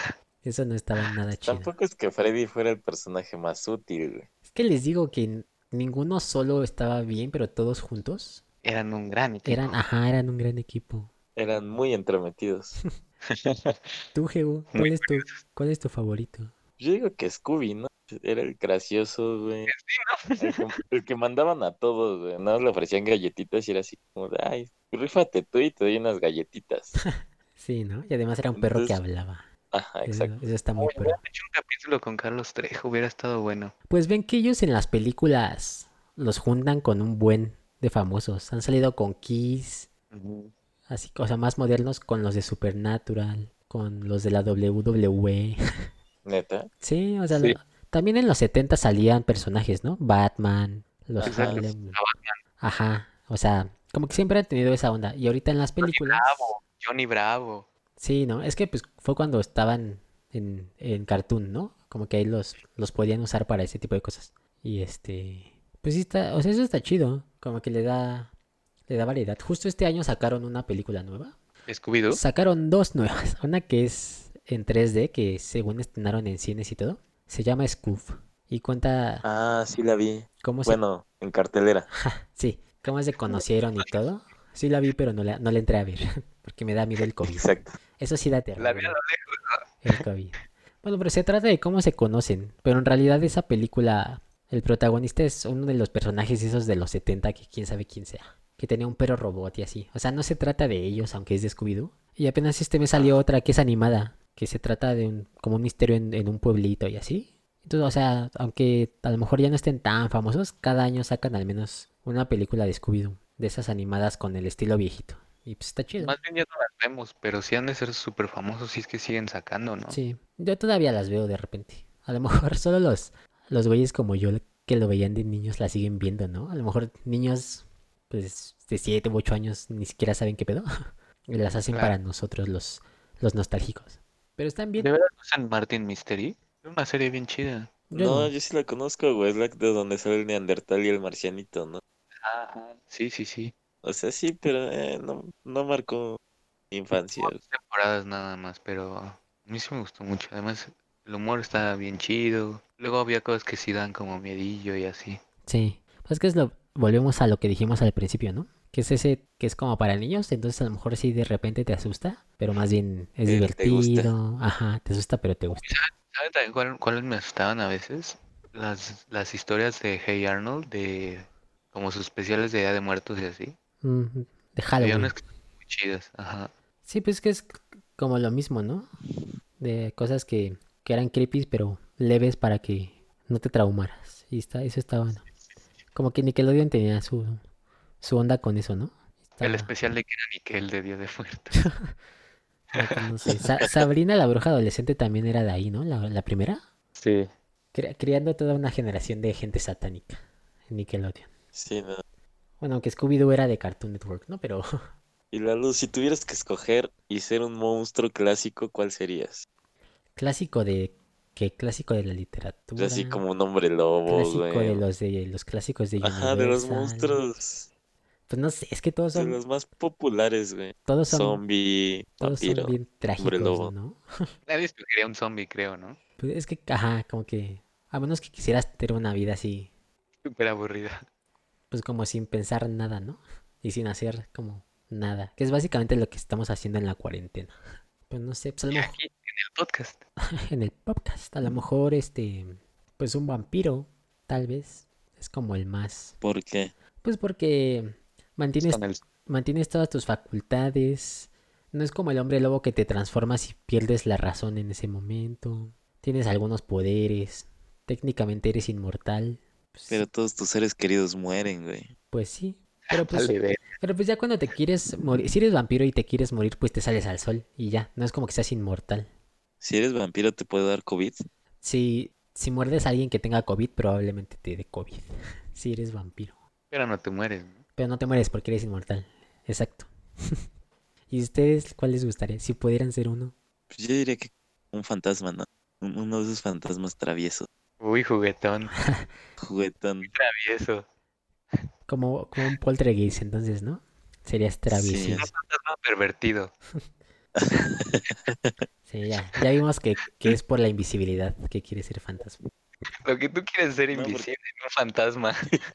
Speaker 4: Eso no estaba nada chido.
Speaker 2: Tampoco es que Freddy fuera el personaje más útil, güey.
Speaker 4: Es que les digo que ninguno solo estaba bien, pero todos juntos
Speaker 1: Eran un gran equipo.
Speaker 4: eran un gran equipo.
Speaker 2: Eran muy entrometidos.
Speaker 4: Tú, Geo,
Speaker 1: Muy
Speaker 4: cuál es tu favorito?
Speaker 2: Yo digo que Scooby, ¿no? Era el gracioso, güey. El que mandaban a todos, güey. Nada más le ofrecían galletitas y era así como de, ay, rífate tú y te doy unas galletitas.
Speaker 4: Sí, ¿no? Y además era un perro que
Speaker 2: Entonces,
Speaker 4: hablaba.
Speaker 2: ajá,
Speaker 4: Eso,
Speaker 2: exacto.
Speaker 4: eso está muy
Speaker 1: Oye,
Speaker 4: pro.
Speaker 1: hubieran hecho un capítulo con Carlos Trejo, hubiera estado bueno.
Speaker 4: Pues ven que ellos en las películas los juntan con un buen de famosos. Han salido con Kiss, así cosas más modernos, con los de Supernatural, con los de la WWE.
Speaker 2: Neta.
Speaker 4: Sí, o sea,
Speaker 1: Sí.
Speaker 4: también en los 70 salían personajes, ¿no? Batman, los
Speaker 2: Ajá.
Speaker 4: Harlem. Ajá, o sea, como que siempre han tenido esa onda. Y ahorita en las películas...
Speaker 1: Johnny Bravo.
Speaker 4: Sí, ¿no? Es que pues fue cuando estaban en Cartoon, ¿no? Como que ahí los podían usar para ese tipo de cosas. Y pues sí está, o sea, eso está chido. Como que le da variedad. Justo este año sacaron una película nueva.
Speaker 1: ¿Scooby-Doo?
Speaker 4: Sacaron dos nuevas. Una que es en 3D, que según estrenaron en cines y todo. Se llama Scoof. Y cuenta
Speaker 2: Ah, sí la vi.
Speaker 4: cómo se...
Speaker 2: Bueno, en cartelera.
Speaker 4: Sí, cómo se conocieron y todo. Sí la vi, pero no la entré a ver. Porque me da miedo el COVID.
Speaker 2: Exacto.
Speaker 4: Eso sí da terror.
Speaker 1: La vi a lo
Speaker 4: El COVID. Bueno, pero se trata de cómo se conocen. Pero en realidad esa película, el protagonista es uno de los personajes esos de los 70 que quién sabe quién sea. Que tenía un perro robot y así. O sea, no se trata de ellos, aunque es de Scooby-Doo. Y apenas me salió otra que es animada. Que se trata de como un misterio en un pueblito y así. Entonces, o sea, aunque a lo mejor ya no estén tan famosos, cada año sacan al menos una película de Scooby-Doo. De esas animadas con el estilo viejito. Y pues está chido.
Speaker 1: Más bien ya no las vemos, pero sí han de ser súper famosos si es que siguen sacando, ¿no?
Speaker 4: Sí, yo todavía las veo de repente. A lo mejor solo los güeyes como yo que lo veían de niños la siguen viendo, ¿no? A lo mejor niños pues de 7 u 8 años ni siquiera saben qué pedo. Y las hacen
Speaker 1: Claro.
Speaker 4: para nosotros los nostálgicos. Pero están bien.
Speaker 1: ¿De verdad usan Martin Mystery? Es una serie bien chida.
Speaker 4: Yo
Speaker 2: No,
Speaker 4: no.
Speaker 2: yo sí la conozco, güey. Es la de donde sale el Neandertal y el marcianito, ¿no?
Speaker 1: Ajá. Sí, sí, sí.
Speaker 2: O sea, sí, pero no marcó mi infancia.
Speaker 1: Dos temporadas nada más, pero a mí sí me gustó mucho. Además, el humor está bien chido. Luego había cosas que sí dan como miedillo y así.
Speaker 4: Sí. Pues que volvemos a lo que dijimos al principio, ¿no? Que es ese que es como para niños, entonces a lo mejor sí de repente te asusta, pero más bien es
Speaker 2: Pero te gusta.
Speaker 4: divertido. Ajá, te asusta, pero te gusta.
Speaker 1: ¿Saben también cuáles me asustaban a veces? Las historias de Hey Arnold, de como sus especiales de Día de Muertos y así.
Speaker 4: Mm, de
Speaker 1: Había
Speaker 4: Halloween.
Speaker 1: unas que estaban muy chidas. Ajá.
Speaker 4: Sí, pues que es como lo mismo, ¿no? De cosas que eran creepy, pero leves para que no te traumaras. Y eso está bueno. Como que Nickelodeon tenía su onda con eso, ¿no?
Speaker 1: El
Speaker 4: Estaba,
Speaker 1: especial de Kenan Nickel de Día de Muertos.
Speaker 4: pues no sé. Sabrina la bruja adolescente también era de ahí, ¿no? La primera.
Speaker 1: Sí.
Speaker 4: Criando toda una generación de gente satánica en Nickelodeon.
Speaker 2: Sí, no.
Speaker 4: Bueno, aunque Scooby-Doo era de Cartoon Network, ¿no? Pero
Speaker 2: Y la luz, si tuvieras que escoger y ser un monstruo clásico, ¿cuál serías?
Speaker 4: clásico de... ¿Qué? Clásico de la
Speaker 2: O
Speaker 4: literatura.
Speaker 2: sea, así como un hombre lobo,
Speaker 4: Clásico de
Speaker 2: güey.
Speaker 4: los clásicos de
Speaker 2: Ajá, de los
Speaker 4: Universal.
Speaker 2: monstruos.
Speaker 4: Pues no sé, es que todos
Speaker 2: De
Speaker 4: son,
Speaker 2: los más populares, güey.
Speaker 4: todos son,
Speaker 2: Zombie,
Speaker 4: todos son
Speaker 2: vampiro,
Speaker 4: bien
Speaker 2: hombre
Speaker 4: trágicos,
Speaker 2: lobo.
Speaker 4: ¿no?
Speaker 1: Nadie escogería un zombie, creo, ¿no?
Speaker 4: Pues es que, ajá, como que, a menos que quisieras tener una vida así,
Speaker 1: Súper aburrida.
Speaker 4: pues como sin pensar nada, ¿no? Y sin hacer como nada, que es básicamente lo que estamos haciendo en la cuarentena. Pues no sé, pues a lo
Speaker 1: Y
Speaker 4: mejor
Speaker 1: aquí en el podcast.
Speaker 4: en el podcast, a lo mejor pues un vampiro, tal vez, es como el más,
Speaker 2: ¿Por qué?
Speaker 4: pues porque mantienes
Speaker 1: Con el...
Speaker 4: mantienes todas tus facultades. No es como el hombre lobo que te transformas y pierdes la razón en ese momento. Tienes algunos poderes. Técnicamente eres inmortal. Pues,
Speaker 2: Pero todos tus seres queridos mueren, güey.
Speaker 4: pues sí. Pero pues,
Speaker 1: Vale, ver.
Speaker 4: pero pues ya cuando te quieres morir, si eres vampiro y te quieres morir, pues te sales al sol y ya. No es como que seas inmortal.
Speaker 2: Si eres vampiro, ¿te puede dar COVID?
Speaker 4: Si muerdes a alguien que tenga COVID, probablemente te dé COVID. Si eres vampiro.
Speaker 1: Pero no te mueres, ¿no?
Speaker 4: Pero no te mueres porque eres inmortal. Exacto. ¿Y ustedes cuál les gustaría? Si pudieran ser uno.
Speaker 2: Pues yo diría que un fantasma, ¿no? Uno de esos fantasmas traviesos.
Speaker 1: Uy, juguetón.
Speaker 2: Juguetón.
Speaker 1: Travieso.
Speaker 4: Como un poltergeist, entonces, ¿no? Serías
Speaker 2: Sí,
Speaker 4: traviesín.
Speaker 2: es-
Speaker 1: Fantasma pervertido.
Speaker 4: Sí, ya vimos que es por la invisibilidad que quiere ser fantasma.
Speaker 1: Lo que tú quieres es ser
Speaker 2: No, porque
Speaker 1: invisible, no un fantasma.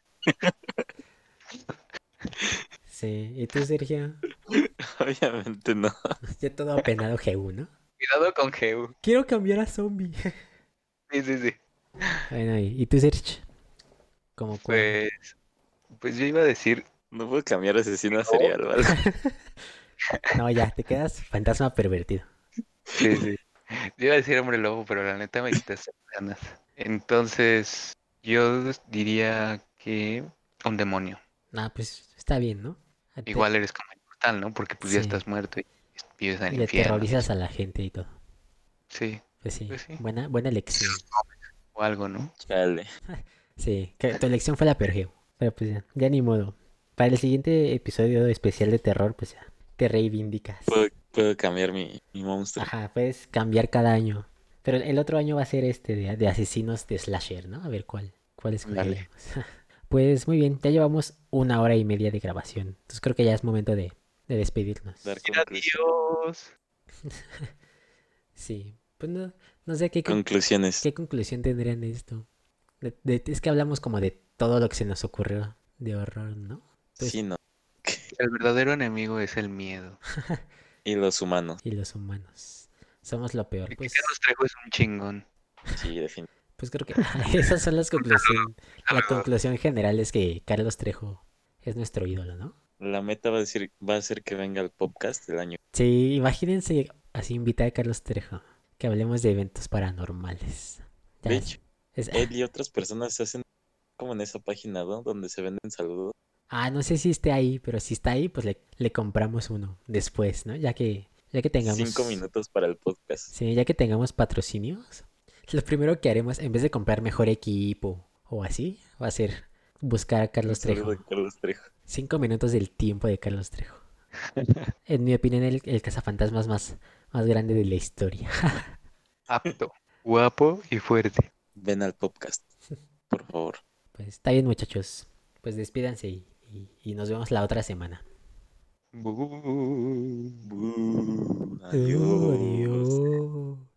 Speaker 4: Sí, ¿y tú, Sergio?
Speaker 2: obviamente no.
Speaker 4: Ya todo apenado G1, ¿no?
Speaker 1: Cuidado con Geu.
Speaker 4: Quiero cambiar a zombie.
Speaker 1: Sí, sí, sí.
Speaker 4: Bueno, ¿y tú, Sergio? ¿Cómo cuál?
Speaker 1: Pues, pues yo iba a decir,
Speaker 2: No puedo cambiar asesino a
Speaker 1: no.
Speaker 2: serial, ¿vale?
Speaker 4: No, ya, te quedas fantasma pervertido.
Speaker 1: Sí, sí. Yo iba a decir hombre lobo, pero la neta me quitaste las ganas. Entonces, yo diría que un demonio.
Speaker 4: Ah, pues está bien, ¿no?
Speaker 1: Igual eres como inmortal, ¿no? Porque pues ya
Speaker 4: Sí,
Speaker 1: estás muerto y vives en el
Speaker 4: y
Speaker 1: infierno. Y
Speaker 4: aterrorizas
Speaker 1: así.
Speaker 4: a la gente y todo.
Speaker 1: Sí,
Speaker 4: Pues sí,
Speaker 1: pues sí.
Speaker 4: buena elección.
Speaker 1: O algo, ¿no?
Speaker 2: Chale.
Speaker 4: Sí, que tu elección fue la peor, Geo. Pero pues ya ni modo. Para el siguiente episodio especial de terror, pues ya, te reivindicas.
Speaker 2: Puedo cambiar mi monstruo.
Speaker 4: Ajá, puedes cambiar cada año. Pero el otro año va a ser este de asesinos de slasher, ¿no? A ver cuál
Speaker 2: Dale.
Speaker 4: escogeríamos. Pues muy bien, ya llevamos 1 hora y media de grabación. Entonces creo que ya es momento de despedirnos.
Speaker 2: Dar
Speaker 1: Mira,
Speaker 2: conclusión.
Speaker 1: Dios.
Speaker 4: Sí, pues no sé
Speaker 2: Conclusiones.
Speaker 4: qué conclusión tendrían de esto. Es que hablamos como de todo lo que se nos ocurrió de horror, ¿no? Pues,
Speaker 2: Sí, no.
Speaker 1: El verdadero enemigo es el miedo.
Speaker 2: Y los humanos.
Speaker 4: y los humanos. Somos lo peor.
Speaker 1: Y que Carlos Trejo es un chingón.
Speaker 2: Sí, definitivamente.
Speaker 4: Pues creo que esas son las conclusiones. La
Speaker 1: Saludos.
Speaker 4: conclusión general es que Carlos Trejo es nuestro ídolo, ¿no?
Speaker 2: La meta va a ser que venga el podcast del año.
Speaker 4: Sí, imagínense así invitar a Carlos Trejo, que hablemos de eventos paranormales. Ya
Speaker 2: De hecho,
Speaker 4: es-
Speaker 2: él y otras personas se hacen como en esa página, ¿no? Donde se venden saludos.
Speaker 4: no sé si esté ahí, pero si está ahí, pues le compramos uno después, ¿no? Ya que
Speaker 2: 5 minutos para el podcast.
Speaker 4: sí, ya que tengamos patrocinios, lo primero que haremos, en vez de comprar mejor equipo o así, va a ser buscar a
Speaker 2: Un
Speaker 4: Carlos
Speaker 2: saludo
Speaker 4: Trejo.
Speaker 2: de Carlos Trejo.
Speaker 4: 5 minutos del tiempo de Carlos Trejo. En mi opinión, el cazafantasmas más grande de la historia.
Speaker 1: Apto, guapo y fuerte.
Speaker 2: Ven al podcast, por favor.
Speaker 4: Pues está bien, muchachos. Pues despídanse y nos vemos la otra semana.
Speaker 1: Bu.
Speaker 2: Adiós.
Speaker 4: Adiós.